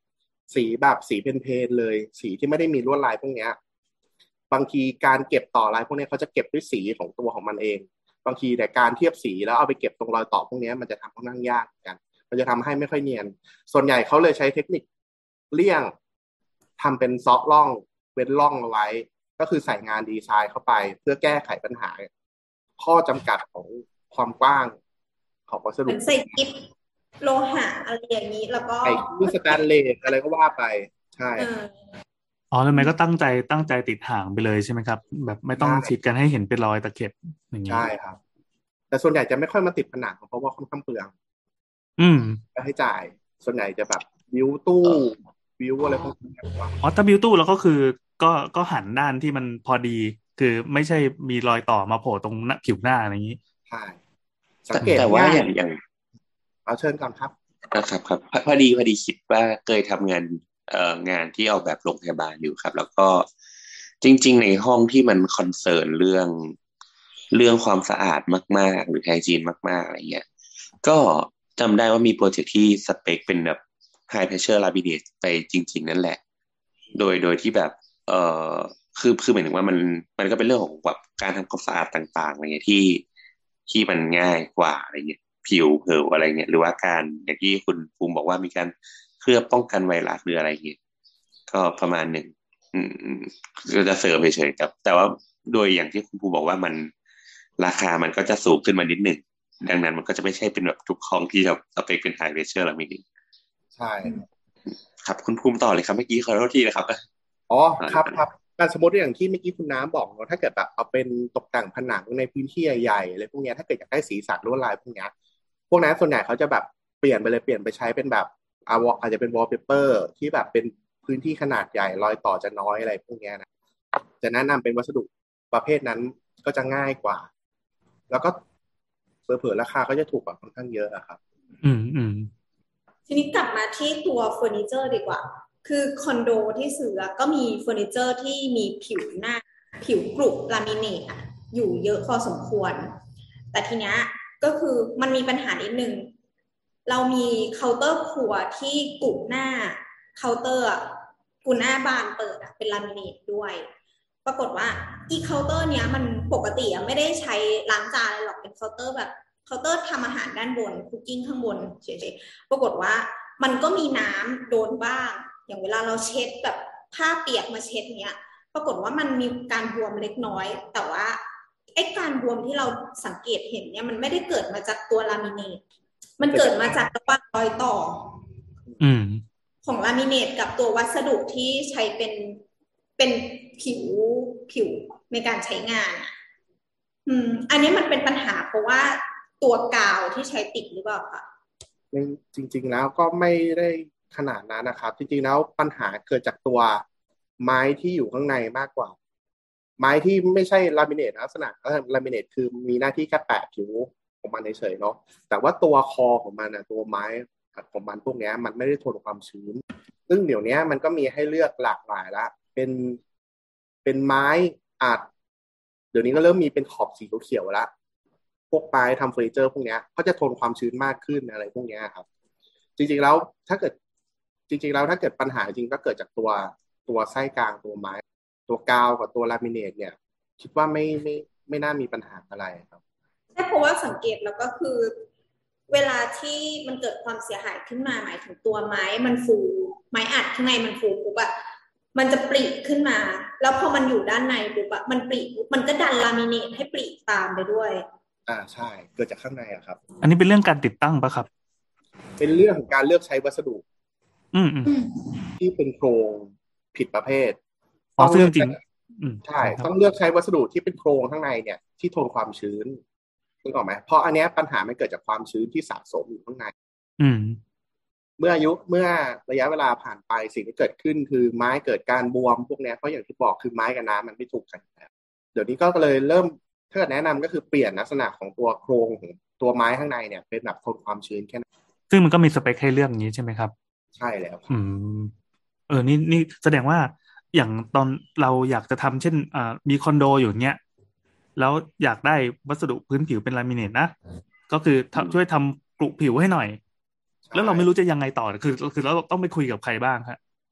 สีแบบสีเพลนๆเลยสีที่ไม่ได้มีลวดลายพวกเนี้ยบางทีการเก็บต่อลายพวกนี้เขาจะเก็บด้วยสีของตัวของมันเองบางทีแต่การเทียบสีแล้วเอาไปเก็บตรงรอยต่อพวกนี้มันจะทำค่อนข้างยากกันมันจะทำให้ไม่ค่อยเนียนส่วนใหญ่เขาเลยใช้เทคนิคเลี่ยงทำเป็นซอกล่องเว้นล่องเอาไว้ก็คือใส่งานดีไซน์เข้าไปเพื่อแก้ไขปัญหาข้อจำกัดของความกว้างของวัสดุใส่กิ๊บโลหะอะไรอย่างนี้แล้วก็ใส่กิ๊บสแตนเลสอะไรก็ว่าไปใช่อ๋อแล้วมันก็ตั้งใจตั้งใจติดหางไปเลยใช่ไหมครับแบบไม่ต้องฉีดกันให้เห็นเป็นรอยตะเข็บอย่างนี้ใช่ครับแต่ส่วนใหญ่จะไม่ค่อยมาติดผนังเพราะว่าค่อนข้างเปลืองอืมค่าใช้จ่ายส่วนใหญ่จะแบบบิวตู้บิวอะไรพวกนี้อ๋อถ้าบิวตู้แล้วก็คือก็ก็หันด้านที่มันพอดีคือไม่ใช่มีรอยต่อมาโผล่ตรงผิวหน้าอะไรอย่างนี้ใช่สังเกตแต่ว่าอย่างอย่างเอาเชิญก่อนครับนะครับครับพอดีพอดีคิดว่าเคยทำงานเอ่องานที่ออกแบบโรงพยาบาลอยู่ครับแล้วก็จริงๆในห้องที่มันคอนเซิร์นเรื่องเรื่องความสะอาดมากๆหรือไฮจีนมากๆอะไรเงี้ยก็จำได้ว่ามีโปรเจกต์ที่สเปคเป็นแบบ high pressure laminate ไปจริงๆนั่นแหละโดยโดยที่แบบเอ่อคือคือหมายถึงว่ามันมันก็เป็นเรื่องของแบบการทำความสะอาดต่างๆอะไรเงี้ยที่ที่มันง่ายกว่าอะไรเงี้ยผิวเผลออะไรเงี้ยหรือว่าการอย่างที่คุณภูมิบอกว่ามีการเคลือบป้องกันไวรัสหรืออะไรเงี้ยก็ประมาณหนึ่งอืมก็จะเสริมเฉยๆครับแต่ว่าโดยอย่างที่คุณภูมิบอกว่ามันราคามันก็จะสูงขึ้นมานิดหนึ่งดังนั้นมันก็จะไม่ใช่เป็นแบบทุกห้องที่จะสเปคเป็น high pressure แล้วไม่ดีใช่ครับคุณภูมิต่อเลยครับเมื่อกี้ขอโทษทีนะครับอ๋อครับครับการสมมติอย่างที่เมื่อกี้คุณน้ำบอกว่าถ้าเกิดแบบเอาเป็นตกแต่งผนังในพื้นที่ใหญ่ๆอะไรพวกนี้ถ้าเกิดอยากได้สีสันลวดลายพวกนี้พวกนั้นส่วนใหญ่เขาจะแบบเปลี่ยนไปเลยเปลี่ยนไปใช้เป็นแบบอาจจะเป็นวอลเปเปอร์ที่แบบเป็นพื้นที่ขนาดใหญ่รอยต่อจะน้อยอะไรพวกนี้นะจะแนะนำเป็นวัสดุประเภทนั้นก็จะง่ายกว่าแล้วก็เผื่อๆราคาก็จะถูกกว่าค่อนข้างเยอะครับอืมอืมทีนี้กลับมาที่ตัวเฟอร์นิเจอร์ดีกว่าคือคอนโดที่ซื้อก็มีเฟอร์นิเจอร์ที่มีผิวหน้าผิวกรุบลามิเนตอยู่เยอะพอสมควรแต่ทีนี้ก็คือมันมีปัญหานิดนึงเรามีเคาน์เตอร์ครัวที่กรุบหน้าเคาน์เตอร์กุหน้าบานเปิดเป็นลามิเนตด้วยปรากฏว่าอีเคาน์เตอร์เนี้ยมันปกติไม่ได้ใช้ล้างจานหรอกเป็นเคาน์เตอร์แบบเคาน์เตอร์ทำอาหารด้านบนคุกกิ้งข้างบนเฉยๆปรากฏว่ามันก็มีน้ำโดนบ้างอย่างเวลาเราเช็ดแบบผ้าเปียกมาเช็ดเนี้ยปรากฏว่ามันมีการบวมเล็กน้อยแต่ว่าไอ้การบวมที่เราสังเกตเห็นเนี่ยมันไม่ได้เกิดมาจากตัวลามิเนตมันเกิดมาจากระหว่างรอยต่อของลามิเนตกับตัววัสดุที่ใช้เป็นเป็นผิวผิวในการใช้งานอืมอันนี้มันเป็นปัญหาเพราะว่าตัวกาวที่ใช้ติดหรือเปล่าคะจริงๆแล้วก็ไม่ได้ขนาดนั้นนะครับจริงๆแล้วปัญหาเกิดจากตัวไม้ที่อยู่ข้างในมากกว่าไม้ที่ไม่ใช่ลามิเนตลักษณะลามิเนตคือมีหน้าที่แค่แปะผิวของมันเฉยๆเนาะแต่ว่าตัวคอของมันนะตัวไม้ของมันพวกนี้มันไม่ได้ทนความชื้นซึ่งเดี๋ยวนี้มันก็มีให้เลือกหลากหลายละเป็นเป็นไม้อัดเดี๋ยวนี้ก็เริ่มมีเป็นขอบสีเขียวๆแล้วพวกไม้ทำเฟอร์นิเจอร์พวกนี้ก็จะทนความชื้นมากขึ้นอะไรพวกนี้ครับจริงๆแล้วถ้าเกิดจริงๆแล้วถ้าเกิดปัญหาจริงก็เกิดจากตัวตัวไส้กลางตัวไม้ตัวกาวกับตัวลามิเนตเนี่ยคิดว่าไม่ไม่ไม่น่ามีปัญหาอะไรครับใช่เพราะว่าสังเกตแล้วก็คือเวลาที่มันเกิดความเสียหายขึ้นมาหมายถึงตัวไม้มันฟูไม้อัดข้างในมันฟูปุ๊บอะมันจะปริขึ้นมาแล้วพอมันอยู่ด้านในปุ๊บอะมันปริมันก็ดันลามิเนตให้ปริตามไปด้วยอ่าใช่เกิดจากข้างในอะครับอันนี้เป็นเรื่องการติดตั้งปะครับเป็นเรื่องของการเลือกใช้วัสดุอืมที่เป็นโครงผิดประเภทอ๋อซึ่งจริงใช่ต้องเลือกใช้วัสดุที่เป็นโครงข้างในเนี่ยที่ทนความชื้นนึกออกไหมเพราะอันนี้ปัญหามันเกิดจากความชื้นที่สะสมอยู่ข้างในอืมเมื่ออายุเมื่อระยะเวลาผ่านไปสิ่งที่เกิดขึ้นคือไม้เกิดการบวมพวกนี้เพราะอย่างที่บอกคือไม้กับน้ำมันไม่ถูกกันแล้วเดี๋ยวนี้ก็เลยเริ่มถ้าแนะนำก็คือเปลี่ยนลักษณะของตัวโครงของตัวไม้ข้างในเนี่ยเป็นแบบทนความชื้นแค่นั้นซึ่งมันก็มีสเปคให้เลือกอย่างนี้ใช่ไหมครับใช่แล้วอืมเออนี่นี่แสดงว่าอย่างตอนเราอยากจะทำเช่นอ่ามีคอนโดอยู่เนี้ยแล้วอยากได้วัสดุพื้นผิวเป็นลามิเนตนะก็คือช่วยทำกรุผิวให้หน่อยแล้วเราไม่รู้จะยังไงต่อคือคือเราต้องไปคุยกับใครบ้างฮะ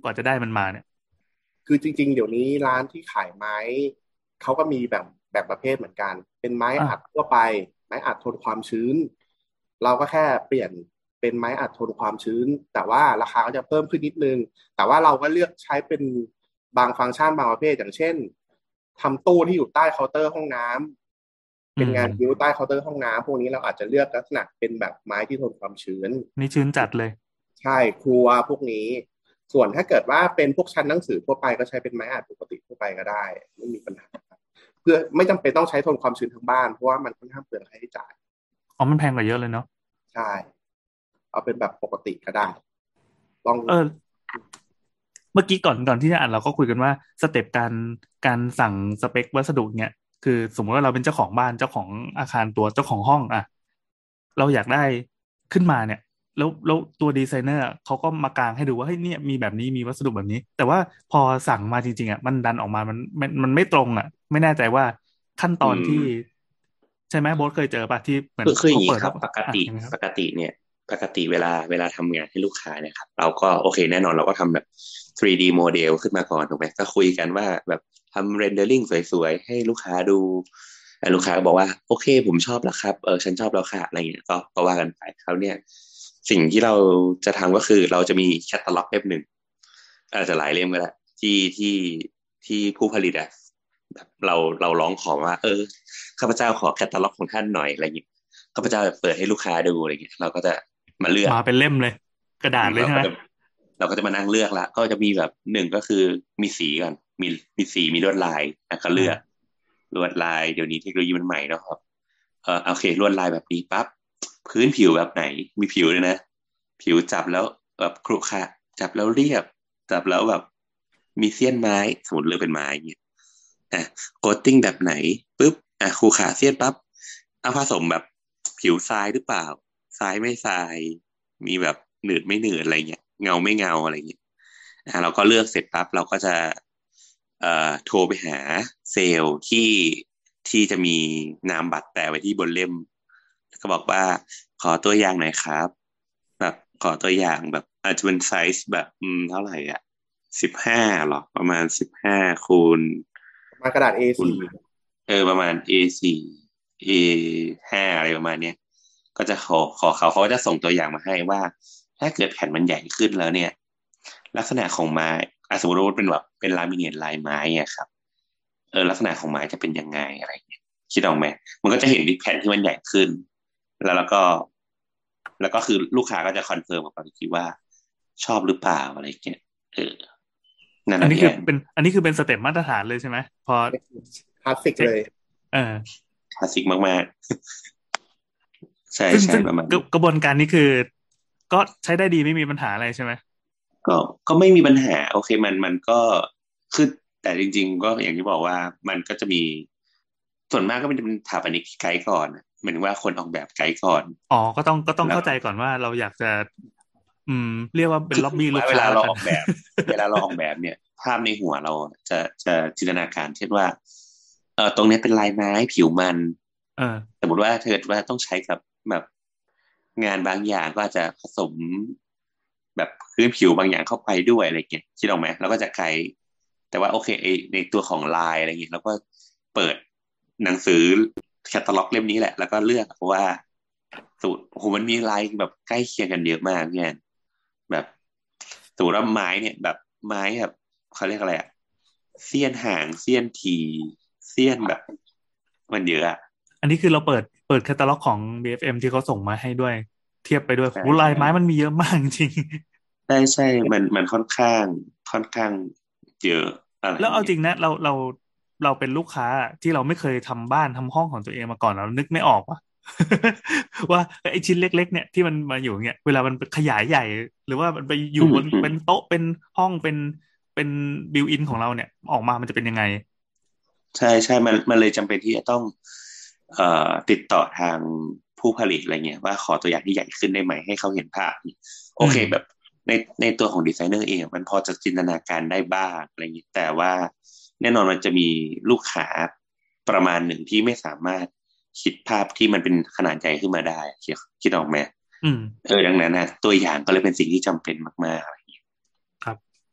กว่าจะได้มันมาเนี่ยคือจริงๆเดี๋ยวนี้ร้านที่ขายไม้เขาก็มีแบบแบบประเภทเหมือนกันเป็นไม้อัดทั่วไปไม้อัดทนความชื้นเราก็แค่เปลี่ยนเป็นไม้อัดทนความชื้นแต่ว่าราคาก็จะเพิ่มขึ้นนิดนึงแต่ว่าเราก็เลือกใช้เป็นบางฟังก์ชันบางประเภทอย่างเช่นทำตู้ที่อยู่ใต้เคาน์เตอร์ห้องน้ำเป็นงานบิ้วใต้เคาน์เตอร์ห้องน้ำพวกนี้เราอาจจะเลือกลักษณะเป็นแบบไม้ที่ทนความชื้นนี่ชื้นจัดเลยใช่ครัวพวกนี้ส่วนถ้าเกิดว่าเป็นพวกชั้นหนังสือทั่วไปก็ใช้เป็นไม้อัดปกติทั่วไปก็ได้ไม่มีปัญหาเพื่อไม่จำเป็นต้องใช้ทนความชื้นทั้งบ้านเพราะว่ามันค่อนข้างเปลืองค่าใช้จ่ายอ๋อมันแพงกว่าเยอะเลยเนาะใช่เอาเป็นแบบปกติก็ได้ลองเออเมื่อกี้ก่อนก่อนที่จะอ่านเราก็คุยกันว่าสเต็ปการการสั่งสเปควัสดุเนี่ยคือสมมติว่าเราเป็นเจ้าของบ้านเจ้าของอาคารตัวเจ้าของห้องอ่ะเราอยากได้ขึ้นมาเนี่ยแล้วแล้วตัวดีไซเนอร์เขาก็มากางให้ดูว่าเฮ้ยเนี่ยมีแบบนี้มีวัสดุแบบนี้แต่ว่าพอสั่งมาจริงๆอ่ะมันดันออกมามันมันมันไม่ตรงอ่ะไม่แน่ใจว่าขั้นตอนที่ใช่ไหมโบ๊ทเคยเจอป่ะที่เหมือนคืออย่างนี้ครับปกติปกติเนี่ยปกติเวลาเวลาทำงานให้ลูกค้าเนี่ยครับเราก็โอเคแน่นอนเราก็ทำแบบ ทรี ดี โมเดลขึ้นมาก่อนถูกไหมก็คุยกันว่าแบบทำเรนเดอร์ลิงสวยๆให้ลูกค้าดูลูกค้าบอกว่าโอเคผมชอบแล้วครับเออฉันชอบแล้วค่ะอะไรเงี้ยก็ก็ว่ากันไปเขาเนี่ยสิ่งที่เราจะทำก็คือเราจะมีแคตตาล็อกเล่มหนึ่งอาจจะหลายเล่มก็ได้ที่ที่ที่ผู้ผลิตอะแบบเราเราร้องขอว่าเออข้าพเจ้าขอแคตตาล็อกของท่านหน่อยอะไรเงี้ยข้าพเจ้าเปิดให้ลูกค้าดูอะไรเงี้ยเราก็จะมาเลือกมาเป็นเล่มเลยกระดาษเลยใช่ไหมเราก็จะมานั่งเลือกละก็จะมีแบบหนึ่งก็คือมีสีก่อนมีมีสีมีลวดลายแล้วก็เลือกลวดลายเดี๋ยวนี้เทคโนโลยีมันใหม่เนาะครับเออโอเคลวดลายแบบนี้ปั๊บพื้นผิวแบบไหนมีผิวเลยนะผิวจับแล้วแบบครุขระจับแล้วเรียบจับแล้วแบบมีเสี้ยนไม้สมมติเลือกเป็นไม้อย่างเงี้ยอ่ะโคตติ้งแบบไหนปุ๊บอ่ะครุขระเสี้ยนปั๊บเอาผสมแบบผิวทรายหรือเปล่าทรายไม่ทรายมีแบบหนืดไม่หนืดอะไรเงี้ยเงาไม่เงาอะไรเงี้ยอ่ะเราก็เลือกเสร็จปั๊บเราก็จะเอ่อโทรไปหาเซลล์ที่ที่จะมีนามบัตรแปะไว้ที่บนเล่มก็บอกว่าขอตัวอย่างหน่อยครับแบบขอตัวอย่างแบบอาจจะเป็นไซส์แบบอืมเท่าไหร่อ่ะสิบห้าหรอประมาณสิบห้าคูณประมาณกระดาษ เอ โฟร์เออประมาณ เอ โฟร์ เอ ห้า อะไรประมาณเนี้ยก็จะขอขอเขาเขาจะส่งตัวอย่างมาให้ว่าถ้าเกิดแผ่นมันใหญ่ขึ้นแล้วเนี่ยลักษณะของไม้สมมติว่าเป็นแบบเป็นลามิเนตลายไม้อ่ะครับเออลักษณะของไม้จะเป็นยังไงอะไรเงี้ยคิดออกไหมมันก็จะเห็นแผ่นที่มันใหญ่ขึ้นแล้วแล้วก็แล้วก็คือลูกค้าก็จะคอนเฟิร์มกับเราทีว่าชอบหรือเปล่าอะไรเงี้ยเออนั่นอันนี้คือเป็นอันนี้คือเป็นสเต็ปมาตรฐานเลยใช่ไหมพอคลาสสิกเลยเออคลาสสิกมากๆใช่ใช่ประมาณกระบวนการนี้คือก็ใช้ได้ดีไม่มีปัญหาอะไรใช่ไหมก็ก็ไม่มีปัญหาโอเคมันมันก็คือแต่จริงๆก็อย่างที่บอกว่ามันก็จะมีส่วนมากก็เป็นสถาปนิกที่ไกด์ก่อนเหมือนว่าคนออกแบบไกด์ก่อนอ๋อก็ต้องก็ต้องเข้าใจก่อนว่าเราอยากจะอืมเรียกว่าเป็นล็อบบี้ลูกค้าเวลาเราออกแบบเวลาเราออกแบบเนี่ยภาพในหัวเราจะจะจินตนาการเช่นว่าเออตรงนี้เป็นลายไม้ผิวมันเออสมมติว่าเธอว่าต้องใช้กับแบบงานบางอย่างก็อาจจะผสมแบบพื้นผิวบางอย่างเข้าไปด้วยอะไรเงี้ยคิดออกไหมเราก็จะไกด์แต่ว่าโอเคไอในตัวของลายอะไรเงี้ยเราก็เปิดหนังสือแคตตาล็อกเล่มนี้แหละแล้วก็เลือกเพราะว่าสูตรโอ้โหมันมีลายแบบใกล้เคียงกันเยอะมากเนี่ยแบบสมมติว่าไม้เนี่ยแบบไม้แบบเขาเรียกอะไรอะเสี้ยนห่างเสี้ยนทีเสี้ยนแบบมันเยอะอะอันนี้คือเราเปิดเปิดแคตตาล็อกของ บี เอฟ เอ็ม ที่เขาส่งมาให้ด้วยเทียบไปด้วยโอ้ลายไม้มันมีเยอะมากจริงใช่ใช่มันมันค่อนข้างค่อนข้างเยอะอะไรแล้วเอาจริงนะเราเราเราเป็นลูกค้าที่เราไม่เคยทำบ้านทำห้องของตัวเองมาก่อนเรานึกไม่ออกว่าว่าไอ้ชิ้นเล็กๆเนี่ยที่มันมาอยู่เนี่ยเวลามันขยายใหญ่หรือว่ามันไปอยู่บนเป็นโต๊ะเป็นห้องเป็นเป็นบิวอินของเราเนี่ยออกมามันจะเป็นยังไงใช่ใช่มันมันเลยจำเป็นที่จะต้องเอ่อติดต่อทางผู้ผลิตอะไรเงี้ยว่าขอตัวอย่างที่ใหญ่ขึ้นได้ไหมให้เขาเห็นภาพโอเคแบบในในตัวของดีไซเนอร์เองมันพอจะจินตนาการได้บ้างอะไรเงี้ยแต่ว่าแน่นอนมันจะมีลูกค้าประมาณหนึ่งที่ไม่สามารถคิดภาพที่มันเป็นขนาดใหญ่ขึ้นมาได้คิดคิดออกไหมเออดังนั้นนะตัวอย่างก็เลยเป็นสิ่งที่จำเป็นมากๆอะไรอย่างเงี้ยครับ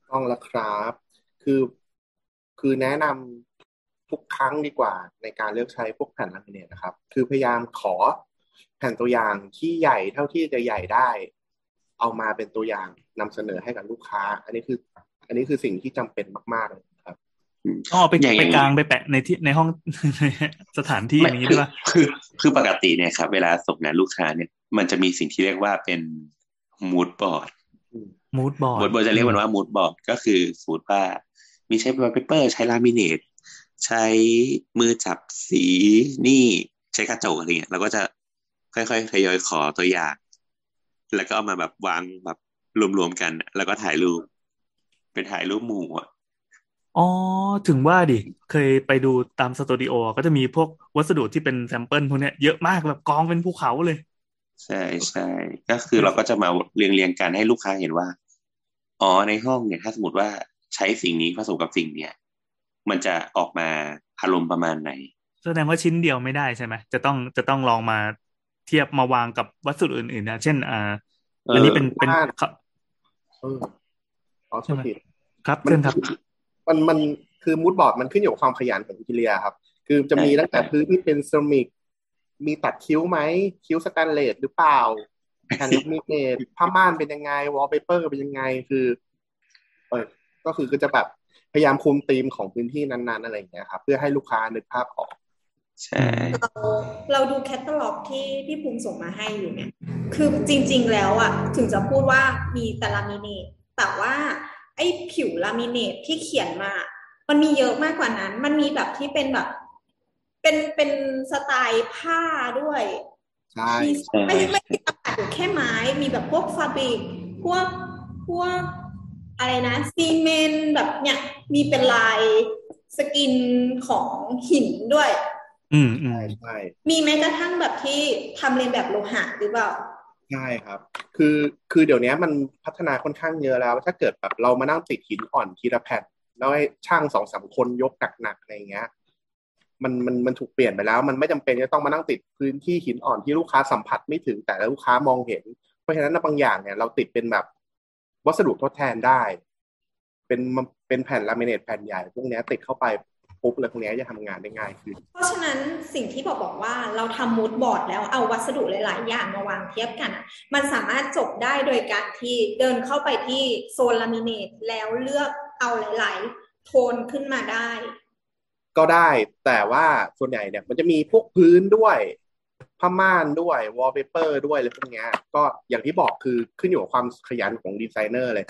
ต้องแล้วครับคือคือแนะนำทุกครั้งดีกว่าในการเลือกใช้พวกแผ่นลามิเนตนะครับคือพยายามขอแผ่นตัวอย่างที่ใหญ่เท่าที่จะใหญ่ได้เอามาเป็นตัวอย่างนำเสนอให้กับลูกค้าอันนี้คืออันนี้คือสิ่งที่จำเป็นมากๆเลยครับต้องเอาไปอย่างไปกลางไปแปะในที่ในห้อง สถานที่ไม่นี้คืได้อปะคือคือปกติเนี่ยครับเวลาส่งงานลูกค้าเนี่ยมันจะมีสิ่งที่เรียกว่าเป็นมูดบอร์ดมูดบอร์มูดดบอร์ดจะเรียกมันว่ามูดบอร์ดก็คือสมมติว่ามีใช้เปเปอร์ใช้ลามิเนตใช้มือจับสีนี่ใช้กระจกอะไรเงี้ยเราก็จะค่อยๆทยอยขอตัวอย่างแล้วก็เอามาแบบวางแบบรวมๆกันแล้วก็ถ่ายรูปเป็นถ่ายรูปหมู่อ่ะอ๋อถึงว่าดิเคยไปดูตามสตูดิโอก็จะมีพวกวัสดุที่เป็นแซมเปิลพวกเนี้ยเยอะมากแบบกองเป็นภูเขาเลยใช่ใช่ก็คือเราก็จะมาเรียงเรียงกันให้ลูกค้าเห็นว่าอ๋อในห้องเนี่ยถ้าสมมติว่าใช้สิ่งนี้ผสมกับสิ่งเนี้ยมันจะออกมาอารมณ์ประมาณไหนแสดงว่าชิ้นเดียวไม่ได้ใช่ไหมจะต้องจะต้องลองมาเทียบมาวางกับวัสดุอื่นๆนะเช่นอ่าเออันนี้อเป็นเป็นบ้านครับเอออ๋อโทใช่ไหมษทีครับมันเช่นครับมันมันคือมูดบอร์ดมันขึ้นอยู่กับความขยันของอินทีเรียครับคือจะใช่มีตั้งแต่ใช่พื้นที่เป็นเซรามิกมีตัดคิ้วไหมคิ้วสแตนเลสหรือเปล่าแผ่นลามิเนตผ้าม่านเป็นยังไงวอลเปเปอร์เป็นยังไงคือเออก็คือก็จะแบบพยายามคุมธีมของพื้นที่นั้นๆอะไรอย่างเงี้ยครับเพื่อให้ลูกค้านึกภาพออกใช่เราเราดูแคตตาล็อกที่พี่ภูมิส่งมาให้อยู่เนี่ยคือจริงๆแล้วอ่ะถึงจะพูดว่ามีแต่ลามิเนตแต่ว่าไอ้ผิวลามิเนตที่เขียนมามันมีเยอะมากกว่านั้นมันมีแบบที่เป็นแบบเป็นเป็นสไตล์ผ้าด้วยใช่มีไม่ไม่ได้จำกัดอยู่แค่ไม้มีแบบพวกฟาบริกพวกพวกอะไรนะซีเมนต์แบบเนี่ยมีเป็นลายสกินของหินด้วยอืมอืมใช่ใช่มีแม้กระทั่งแบบที่ทำเรียนแบบโลหะหรือเปล่าใช่ครับคือคือเดี๋ยวนี้มันพัฒนาค่อนข้างเยอะแล้วถ้าเกิดแบบเรามานั่งติดหินอ่อนทีละแผ่นแล้วให้ช่างสองสามคนยกหนักๆอะไรอย่างเงี้ยมันมันมันถูกเปลี่ยนไปแล้วมันไม่จำเป็นจะต้องมานั่งติดพื้นที่หินอ่อนที่ลูกค้าสัมผัสไม่ถึงแต่ลูกค้ามองเห็นเพราะฉะนั้นบางอย่างเนี่ยเราติดเป็นแบบวัสดุทดแทนได้เป็นเป็นแผ่นลามิเนตแผ่นใหญ่พวกนี้ติดเข้าไปปุ๊บเลยพวกนี้จะทำงานได้ง่ายขึ้นเพราะฉะนั้นสิ่งที่บอกบอกว่าเราทำมูดบอร์ดแล้วเอาวัสดุหลายๆอย่างมาวางเทียบกันมันสามารถจบได้โดยการที่เดินเข้าไปที่โซนลามิเนตแล้วเลือกเอาหลายๆโทนขึ้นมาได้ก็ได้แต่ว่าส่วนใหญ่เนี่ยมันจะมีพวกพื้นด้วยผ้าม่านด้วยวอลเปเปอร์ด้วยอะไรพวกนี้ก็อย่างที่บอกคือขึ้นอยู่กับความขยันของดีไซเนอร์เลย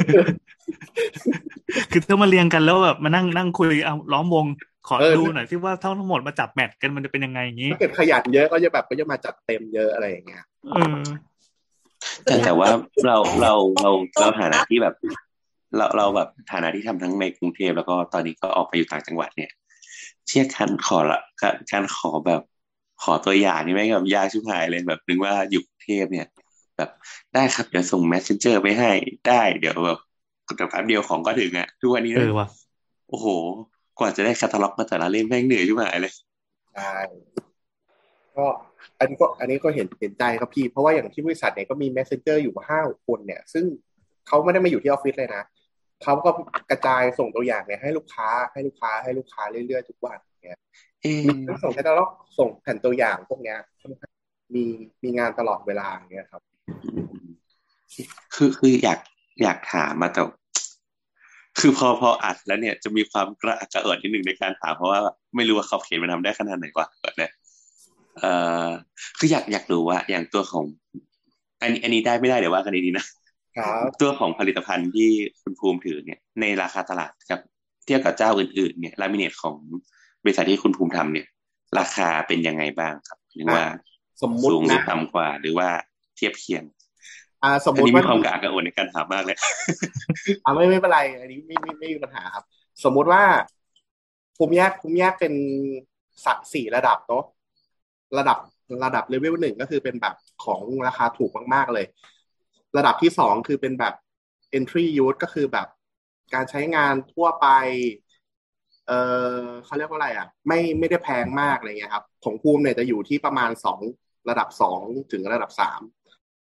คือถ้ามาเรียงกันแล้วแบบมานั่งนั่งคุยเอาล้อมวงขอเออดูหน่อยที่ว่าทั้งทั้งหมดมาจับแมทกันมันจะเป็นยังไงอย่างนี้ถ้าเกิดขยันเยอะก็จะแบบก็จะมาจัดเต็มเยอะอะไรอย่างเงี้ยเออแต่แต่ว่าเราเราเราเราฐานะที่แบบ เราเราแบบฐานะที่ทำทั้งในกรุงเทพแล้วก็ตอนนี้ก็ออกไปอยู่ต่างจังหวัดเนี่ยเชี่ยการขอละการขอแบบขอตัวอย่างนี่แม่งแบบยากชิบหายเลยแบบนึกว่าอยู่กรุงเทพเนี่ยแบบได้ครับเดี๋ยวส่ง messenger ไปให้ได้เดี๋ยวแบบแต่แป๊บเดียวของก็ถึงอ่ะทุกวันนี้เออว่ะโอ้โหกว่าจะได้แคตตาล็อกมาแต่ละเล่มแม่งเหนื่อยชิบหายเลยใช่ก็อันนี้ก็อันนี้ก็เห็นเห็นใจครับพี่เพราะว่าอย่างที่บริษัทเนี่ยก็มี messenger อยู่ห้าคนเนี่ยซึ่งเขาไม่ได้มาอยู่ที่ออฟฟิศเลยนะเขาก็กระจายส่งตัวอย่างเนี่ยให้ลูกค้าให้ลูกค้าให้ลูกค้าเรื่อยๆทุกวันเนี่ยมีทั้งส่งแคตตาล็อกส่งแผ่นตัวอย่างพวกเนี้ยมีมีงานตลอดเวลาอย่างเงี้ยครับคือคืออยากอยากถามมาแต่คือพอพออัดแล้วเนี่ยจะมีความกระอักกระอ่วนนิดหนึ่งในการถามเพราะว่าไม่รู้ว่าเขาเขียนมันทำได้ขนาดไหนกว่าก่อนนะเอ่อคืออยากอยากรู้ว่าอย่างตัวของอันนี้อันนี้ได้ไม่ได้เดี๋ยวว่ากันดีๆนะตัวของผลิตภัณฑ์ที่คุณภูมิถือเนี่ยในราคาตลาดกับเทียบกับเจ้าอื่นๆเนี่ยลามิเนตของบริษัทที่คุณภูมิทำเนี่ยราคาเป็นยังไงบ้างครับหรือว่าสูงหรือต่ำกว่าหรือว่าเทียบเคียงอ่าสมมติว่ามีความกระอักกระอ่วนในการถามมากเลยอ่าไม่ไม่เป็นไรอันนี้ไม่ไม่ไม่มีปัญหาครับสมมุติว่าภูมิแยกภูมิแยกเป็นสักสี่ระดับเนาะระดับระดับเลเวลหนึ่งก็คือเป็นแบบของราคาถูกมากๆเลยระดับที่สองคือเป็นแบบ entry use ก็คือแบบการใช้งานทั่วไปเออเขาเรียกว่าอะไรอ่ะไม่ไม่ได้แพงมากอะไรเงี้ยครับของภูมิเนี่ยจะอยู่ที่ประมาณสองระดับสองถึงระดับสาม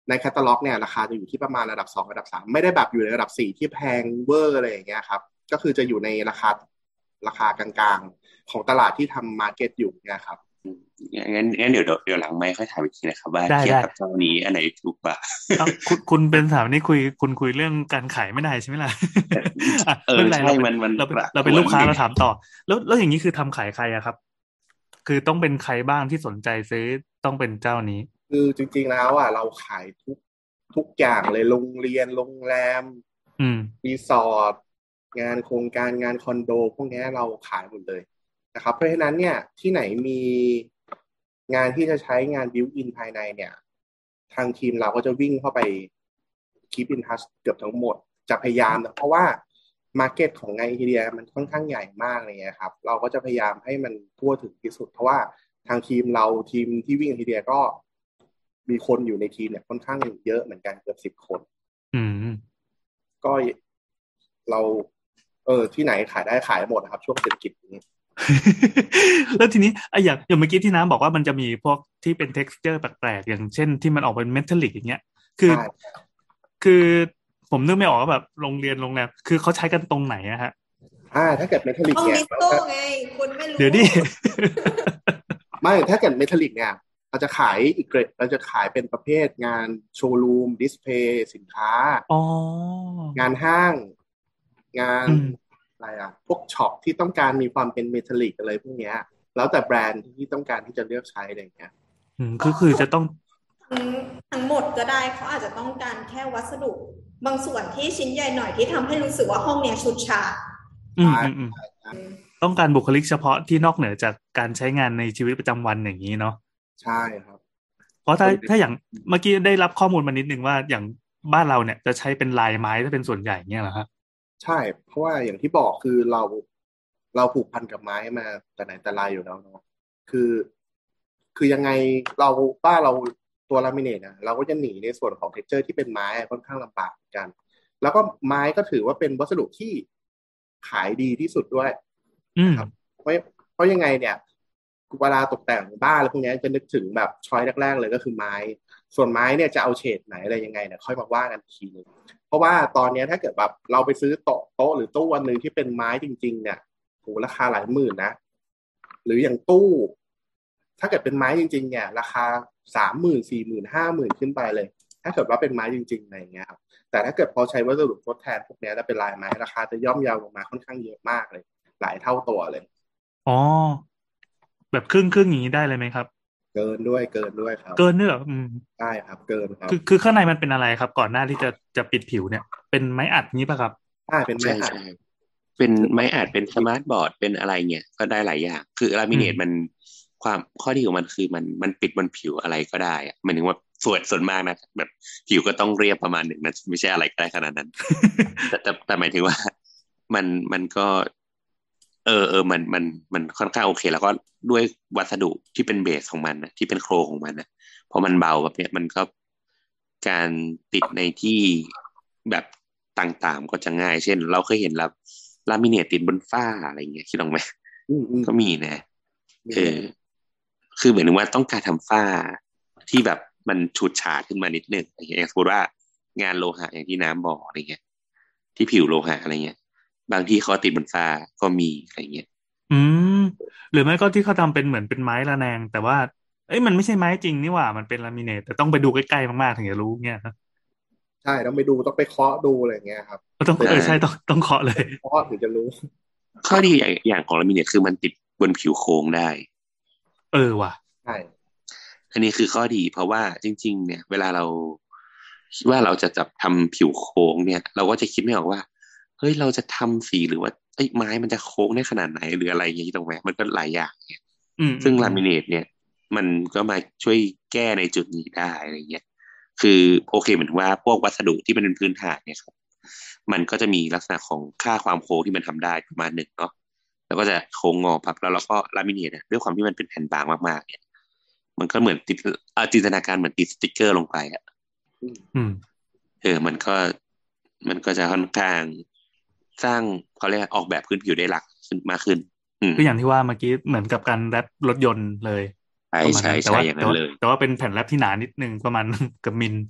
ในแคตตาล็อกเนี่ยราคาจะอยู่ที่ประมาณระดับสองระดับสามไม่ได้แบบอยู่ในระดับสี่ที่แพงเวอร์อะไรอย่างเงี้ยครับก็คือจะอยู่ในราคาราคากลางๆของตลาดที่ทำมาร์เก็ตอยู่เนี่ยครับงั้นงั้นเดี๋ยวเดี๋ยวหลังไมค์ค่อยถามอีกทีนะครับว่าเทียบกับเจ้านี้อันไหนถูกกว่าคุณคุณเป็นสถาปนิกคุยคุณคุยเรื่องการขายไม่ได้ใช่ไหมล่ะเออใช่มันมันเราเราเป็นลูกค้าเราถามต่อแล้วแล้วอย่างนี้คือทำขายใครอะครับคือต้องเป็นใครบ้างที่สนใจซื้อต้องเป็นเจ้านี้คือจริงๆแล้วอ่ะเราขายทุกทุกอย่างเลยโรงเรียนโรงแรมรีสอร์ทงานโครงการงานคอนโดพวกนี้เราขายหมดเลยนะครับเพราะฉะนั้นเนี่ยที่ไหนมีงานที่จะใช้งานบิวอินภายในเนี่ยทางทีมเราก็จะวิ่งเข้าไปคีปอินทัชเกือบทั้งหมดจะพยายามนะเพราะว่ามาร์เก็ตของงานอินทีเรียมันค่อนข้างใหญ่มากเลยนะครับเราก็จะพยายามให้มันทั่วถึงที่สุดเพราะว่าทางทีมเราทีมที่วิ่งอินทีเรียก็มีคนอยู่ในทีมเนี่ยค่อนข้างเยอะเหมือนกันเกือบสิบคนอืมก็เราเออที่ไหนขายได้ขายหมดนะครับช่วงเศรษฐกิจนี้แล้วทีนี้ไอ้อย่างอย่างเมื่อกี้ที่น้ำบอกว่ามันจะมีพวกที่เป็น texture แปลกๆอย่างเช่นที่มันออกเป็น metallic อย่างเงี้ยคือคือผมนึกไม่ออกว่าแบบโรงเรียนโรงแรมคือเขาใช้กันตรงไหนอะฮะอ่าถ้าเกิด metallic เนี่ยมิโต้ไงคุณไม่รู้เดี๋ยวดิไม่ถ้าเกิด metallic เนี่ยเราจะขายอีกเกรดเราจะขายเป็นประเภทงานโชว์รูมดิสเพย์สินค้าอ๋องานห้างงานอะไรอ่ะพวกช็อปที่ต้องการมีความเป็นเมทัลลิกอะไรพวกเนี้ยแล้วแต่แบรนด์ที่ต้องการที่จะเลือกใช้อะไรอย่างเงี้ยอืมคือคือจะต้องทั้งหมดก็ได้เขาอาจจะต้องการแค่วัสดุบางส่วนที่ชิ้นใหญ่หน่อยที่ทำให้รู้สึกว่าห้องเนี้ยชุดฉาดอืมอืมต้องการบุคลิกเฉพาะที่นอกเหนือจากการใช้งานในชีวิตประจำวันอย่างนี้เนาะใช่ครับเพราะถ้าถ้าอย่างเมื่อกี้ได้รับข้อมูลมานิดนึงว่าอย่างบ้านเราเนี่ยจะใช้เป็นลายไม้ถ้าเป็นส่วนใหญ่เงี้ยเหรอครับใช่เพราะว่าอย่างที่บอกคือเราเราผูกพันกับไม้มาแต่ไหนแต่ไรอยู่แล้วเนาะคือคือยังไงเราบ้านเราตัวลามิเนตนะเราก็จะหนีในส่วนของเท็กเจอร์ที่เป็นไม้ค่อนข้างลำบากเหมือนกันแล้วก็ไม้ก็ถือว่าเป็นวัสดุที่ขายดีที่สุดด้วยครับเพราะเพราะยังไงเนี่ยเวลาตกแต่งบ้านอะไรพวกนี้จะนึกถึงแบบช้อยแรกๆเลยก็คือไม้ส่วนไม้เนี่ยจะเอาเฉดไหนอะไรยังไงเนี่ยค่อยมาว่ากันทีนึงเพราะว่าตอนนี้ถ้าเกิดแบบเราไปซื้อโต๊ะโต๊ะหรือตู้วันหนึ่งที่เป็นไม้จริงๆเนี่ยโหราคาหลายหมื่นนะหรืออย่างตู้ถ้าเกิดเป็นไม้จริงๆเนี่ยราคาสามหมื่นสี่หมื่นห้าหมื่นขึ้นไปเลยถ้าเกิดว่าเป็นไม้จริงๆอะไรอย่างเงี้ยครับแต่ถ้าเกิดพอใช้วัสดุทดแทนพวกนี้แล้วเป็นลายไม้ราคาจะย่อมเยาลงมาค่อนข้างเยอะมากเลยหลายเท่าตัวเลยอ๋อแบบครึ่งครึ่งอย่างนี้ได้เลยไหมครับเกินด้วยเกินด้วยครับเกินด้วยเหรออืมใช่ครับเกินครับคือคือข้างในมันเป็นอะไรครับก่อนหน้าที่จะจะปิดผิวเนี่ยเป็นไม้อัดนี้ป่ะครับใช่เป็นไม้อัดเป็นไม้อัดเป็นสมาร์ทบอร์ดเป็นอะไรเงี้ยก็ได้หลายอย่างคือลามิเนตมันความข้อดีของมันคือมันมันปิดบนผิวอะไรก็ได้อะหมายถึงว่าส่วนส่วนมากนะแบบผิวก็ต้องเรียบประมาณหนึ่งนะไม่ใช่อะไรก็ได้ขนาดนั้น แต่แต่แต่หมายถึงว่ามันมันก็เออเออมันมันมันค่อนข้างโอเคแล้วก็ด้วยวัสดุที่เป็นเบสของมันนะที่เป็นโครงของมันนะพอมันเบาแบบเนี้ยมันก็การติดในที่แบบต่างๆก็จะง่ายเช่นเราเคยเห็นแล้วลามิเนตติดบนฝ้าอะไรเงี้ยคิดลองไหมก็มีนะเออคือเหมือนว่าต้องการทำฝ้าที่แบบมันฉูดฉาดขึ้นมานิดนึงอย่างเงี้ยสมมติว่างานโลหะอย่างที่น้ำบอกอะไรเงี้ยที่ผิวโลหะอะไรเงี้ยบางที่เขาติดบนฝ้าก็มีอะไรเงี้ยอืมหรือไม่ก็ที่เขาทำเป็นเหมือนเป็นไม้ระแนงแต่ว่าเอ้ยมันไม่ใช่ไม้จริงนี่หว่ามันเป็นลามิเนตแต่ต้องไปดูใกล้ๆมากๆถึงจะรู้เงี้ยครับใช่ต้องไปดูต้องไปเคาะดูอะไรเงี้ยครับต้องเออใช่ต้องต้องเคาะเลยเคาะถึงจะรู้ข้อดีอย่างของลามิเนตคือมันติดบนผิวโครงได้เออว่ะใช่อันนี้คือข้อดีเพราะว่าจริงๆเนี่ยเวลาเราคิดว่าเราจะจับทำผิวโค้งเนี่ยเราก็จะคิดไม่ออกว่าเฮ้ยเราจะทำสีหรือว่าไอ้ไม้มันจะโค้งได้ขนาดไหนหรืออะไรอย่างนี้ตรงไหนมันก็หลายอย่างเนี่ยซึ่งลามิเนตเนี่ยมันก็มาช่วยแก้ในจุดนี้ได้อะไรเงี้ยคือโอเคเหมือนว่าพวกวัสดุที่มันเป็นพื้นฐานเนี่ยครับมันก็จะมีลักษณะของค่าความโค้งที่มันทำได้ประมาณหนึ่งเนาะแล้วก็จะโค้งงอปั๊บแล้วเราก็ลามิเนตเนี่ยด้วยความที่มันเป็นแผ่นบางมากๆเนี่ยมันก็เหมือนติดเอาจินตนาการเหมือนติดสติ๊กเกอร์ลงไปอ่ะอืมเออมันก็มันก็จะค่อนข้างสร้างเขาเรียกออกแบบพื้นผิวได้หลักขึ้นมากขึ้นก็อย่างที่ว่าเมื่อกี้เหมือนกับการแรปรถยนต์เลยใช่ใช่ใช่อย่างนั้นเลยแต่ว่าเป็นแผ่นแรปที่หนานิดนึงประมาณกับมิล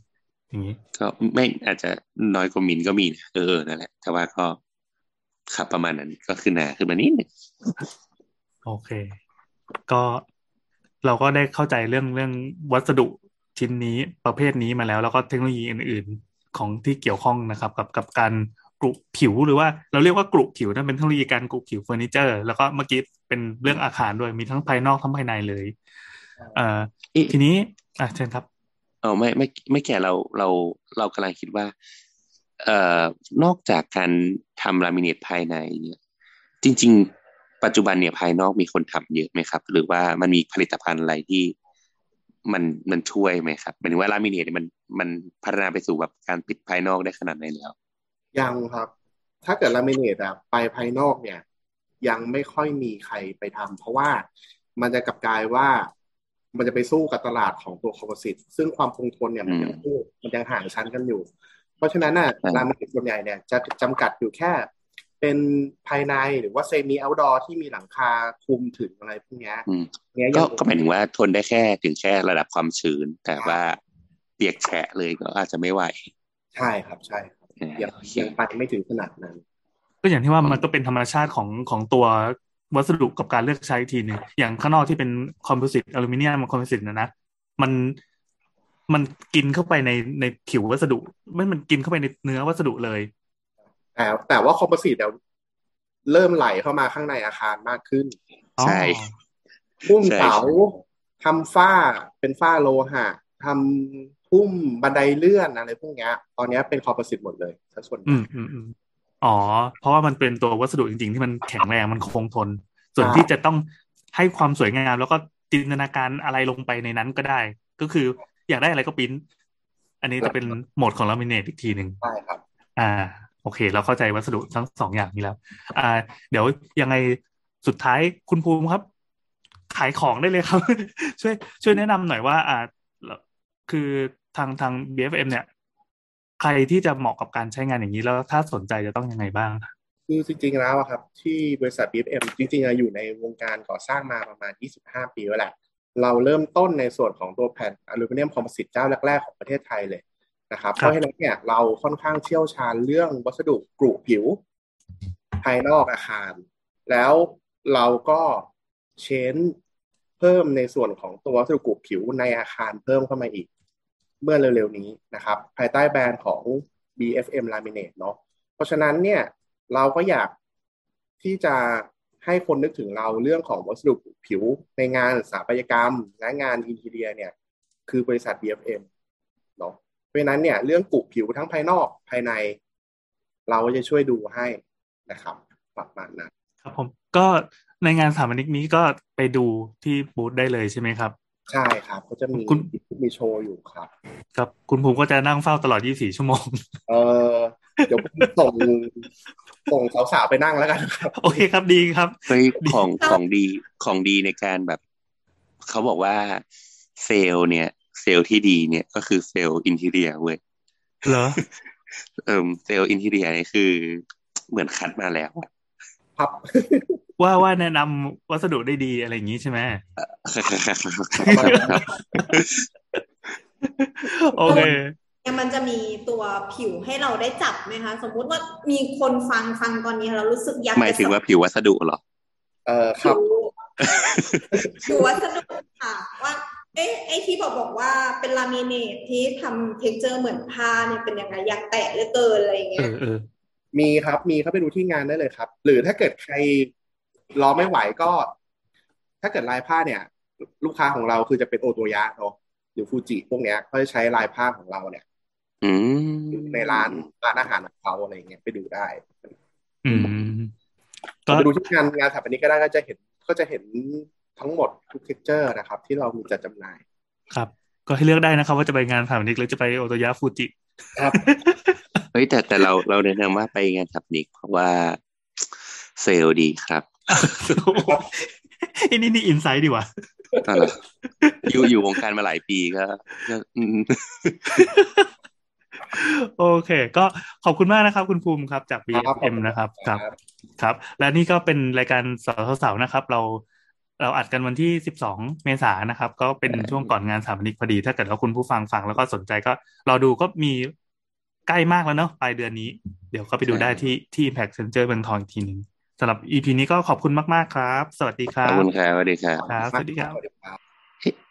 อย่างนี้ก็ไม่อาจจะน้อยกว่ามิลก็มีนะเออนั่นแหละแต่ว่าก็ขับประมาณนั้นก็คือหนาขึ้นมานิดนึงโอเคก็เราก็ได้เข้าใจเรื่องเรื่องวัสดุชิ้นนี้ประเภทนี้มาแล้วแล้วก็เทคโนโลยีอื่นๆของที่เกี่ยวข้องนะครับกับกับการกรุผิวหรือว่าเราเรียกว่ากรุผิวนั่นเป็นเทคโนโลยีการกรุผิวเฟอร์นิเจอร์แล้วก็เมื่อกี้เป็นเรื่องอาคารด้วยมีทั้งภายนอกทั้งภายในเลยเอ่อทีนี้อ่ะเชิญครับเออไม่ไม่ไม่แก่เราเราเรากำลังคิดว่าเอ่อนอกจากการทำลามิเนตภายในเนี่ยจริงๆปัจจุบันเนี่ยภายนอกมีคนทำเยอะไหมครับหรือว่ามันมีผลิตภัณฑ์อะไรที่มันมันช่วยไหมครับหมายถึงว่าลามิเนตมันมันพัฒนาไปสู่แบบการปิดภายนอกได้ขนาดไหนแล้วยังครับถ้าเกิดลามิเนตอะไปภายนอกเนี่ยยังไม่ค่อยมีใครไปทำเพราะว่ามันจะกลับกลายว่ามันจะไปสู้กับตลาดของตัวคอมโพสิตซึ่งความคงทนเนี่ยมันยังสู้มันยังห่างชั้นกันอยู่เพราะฉะนั้นน่ะลามิเนตส่วนใหญ่เนี่ยจะจำกัดอยู่แค่เป็นภายในหรือว่าเซมิเอาท์ดอร์ที่มีหลังคาคลุมถึงอะไรพวกนี้ก็ก็หมายถึงว่าทนได้แค่ถึงแค่ระดับความชื้นแต่ว่าเปียกแฉะเลยก็อาจจะไม่ไหวใช่ครับใช่ครับยังยังไปไม่ถึงขนาดนั้นก็อย่างที่ว่ามันก็เป็นธรรมชาติของของตัววัสดุกับการเลือกใช้ทีนึงอย่างข้างนอกที่เป็นคอมโพสิตอลูมิเนียมคอมโพสิตนะนะมันมันกินเข้าไปในในผิววัสดุไม่มันกินเข้าไปในเนื้อวัสดุเลยแต่แต่ว่าคอมโพสิตเดี๋ยวเริ่มไหลเข้ามาข้างในอาคารมากขึ้นใช่พุ่มเสาทำฝ้าเป็นฝ้าโลหะทำพุ่มบันไดเลื่อนอะไรพวกนี้ตอนนี้เป็นคอมโพสิตหมดเลยทั้งส่วนอืมอืมอืมอ๋อเพราะว่ามันเป็นตัววัสดุจริงๆที่มันแข็งแรงมันคงทนส่วนที่จะต้องให้ความสวยงามแล้วก็จินตนาการอะไรลงไปในนั้นก็ได้ก็คืออยากได้อะไรก็ปริ้นอันนี้จะเป็นโหมดของลามิเนตอีกทีหนึ่งใช่ครับอ่าโอเคเราเข้าใจวัสดุทั้งสองอย่างนี้แล้วอ่าเดี๋ยวยังไงสุดท้ายคุณภูมิครับขายของได้เลยครับ ช่วยช่วยแนะนำหน่อยว่าอ่าคือทางทาง บี เอฟ เอ็ม เนี่ยใครที่จะเหมาะกับการใช้งานอย่างนี้แล้วถ้าสนใจจะต้องยังไงบ้างคือจริงๆแล้วครับที่บริษัท บี เอฟ เอ็ม จริงๆอยู่ในวงการก่อสร้างมาประมาณยี่สิบห้าปีแล้วแหละเราเริ่มต้นในส่วนของตัวแผ่นอลูมิเนียมคอมโพสิตเจ้าแรกๆของประเทศไทยเลยนะครับเพราะฉะนั้นเนี่ยเราค่อนข้างเชี่ยวชาญเรื่องวัสดุกรุผิวภายนอกอาคารแล้วเราก็เชนเพิ่มในส่วนของตัววัสดุกรุผิวในอาคารเพิ่มเข้ามาอีกเมื่อเร็วๆนี้นะครับภายใต้แบรนด์ของ บี เอฟ เอ็ม Laminate เนาะเพราะฉะนั้นเนี่ยเราก็อยากที่จะให้คนนึกถึงเราเรื่องของวัสดุผิวในงานสถาปัตยกรรมและงานอินทีเรียเนี่ยคือบริษัท บี เอฟ เอ็ม เนาะเพราะฉะนั้นเนี่ยเรื่องกรุผิวทั้งภายนอกภายในเราจะช่วยดูให้นะครับประมาณนั้นครับผมก็ในงานสถาปนิกนี้ก็ไปดูที่บูธได้เลยใช่ไหมครับใช่ครับก็จะมีมีโชว์อยู่ครับครับคุณภูมิก็จะนั่งเฝ้าตลอดยี่สิบสี่ชั่วโมงเออเดี๋ยวส่งส่งสาวๆไปนั่งแล้วกันครับโอเคครับดีครับเฮ้ยของของดีของดีในการแบบเขาบอกว่าเซลล์เนี่ยเซลล์ที่ดีเนี่ยก็คือเซลล์อินทีเรียเว้ยเหรอเอ่อเซลล์อินทีเรียนี่คือเหมือนคัดมาแล้วครับว่าว่าแนะนำวัสดุได้ดีอะไรอย่างนี้ใช่ไหมโอเคมันจะมีตัวผิวให้เราได้จับไหมคะสมมุติว่ามีคนฟังฟังตอนนี้เรารู้สึกอยากหมายถึงว่าผิววัสดุเหรอเออครับผิววัสดุค่ะว่าเอ๊ะไอ้ที่บอกบอกว่าเป็นลามิเนตที่ทำเท็กเจอร์เหมือนผ้าเนี่ยเป็นยังไงอยากแตะเหลือเกินอะไรอย่างเงี้ยมีครับมีครับไปดูที่งานได้เลยครับหรือถ้าเกิดใครรอไม่ไหวก็ถ้าเกิดลายผ้าเนี่ยลูกค้าของเราคือจะเป็นโอโตยะเนาะหรือฟูจิพวกเนี้ยเขาจะใช้ลายผ้าของเราเนี่ยในร้านร้านอาหารของเขาอะไรเงี้ยไปดูได้อืมก็ไปดูที่งานงานสถาปนิกก็ได้ก็จะเห็นก็จะเห็นทั้งหมดทุกเท็กเจอร์นะครับที่เรามีจัดจำหน่ายครับก็ให้เลือกได้นะครับว่าจะไปงานสถาปนิกหรือจะไปโอโตยะฟูจิครับเฮ้ยแต่แต่เราเราแนะนำว่าไปงานสถาปนิกเพราะว่าเซลล์ดีครับไอ้นี่นี่อินไซด์ดีว่ะอยู่อยู่วงการมาหลายปีก็โอเคก็ขอบคุณมากนะครับคุณภูมิครับจาก บี เอฟ เอ็ม นะครับครับครับและนี่ก็เป็นรายการสาวๆนะครับเราเราอัดกันวันที่สิบสองเมษายนนะครับ ก็เป็นช่วงก่อนงานสถาปนิกพอดีถ้าเกิดว่าคุณผู้ฟังฟังแล้วก็สนใจก็รอดูก็มีใกล้มากแล้วเนาะปลายเดือนนี้เดี๋ยวก็ไปดูได้ที่ที่ Impact Center เมืองทองอีกทีหนึ่งสำหรับ อี พี นี้ก็ขอบคุณมากๆครับสวัสดีคขอบรับคุณครับสวัสดีครับครับสวัสดีครัสวัสดีบครับ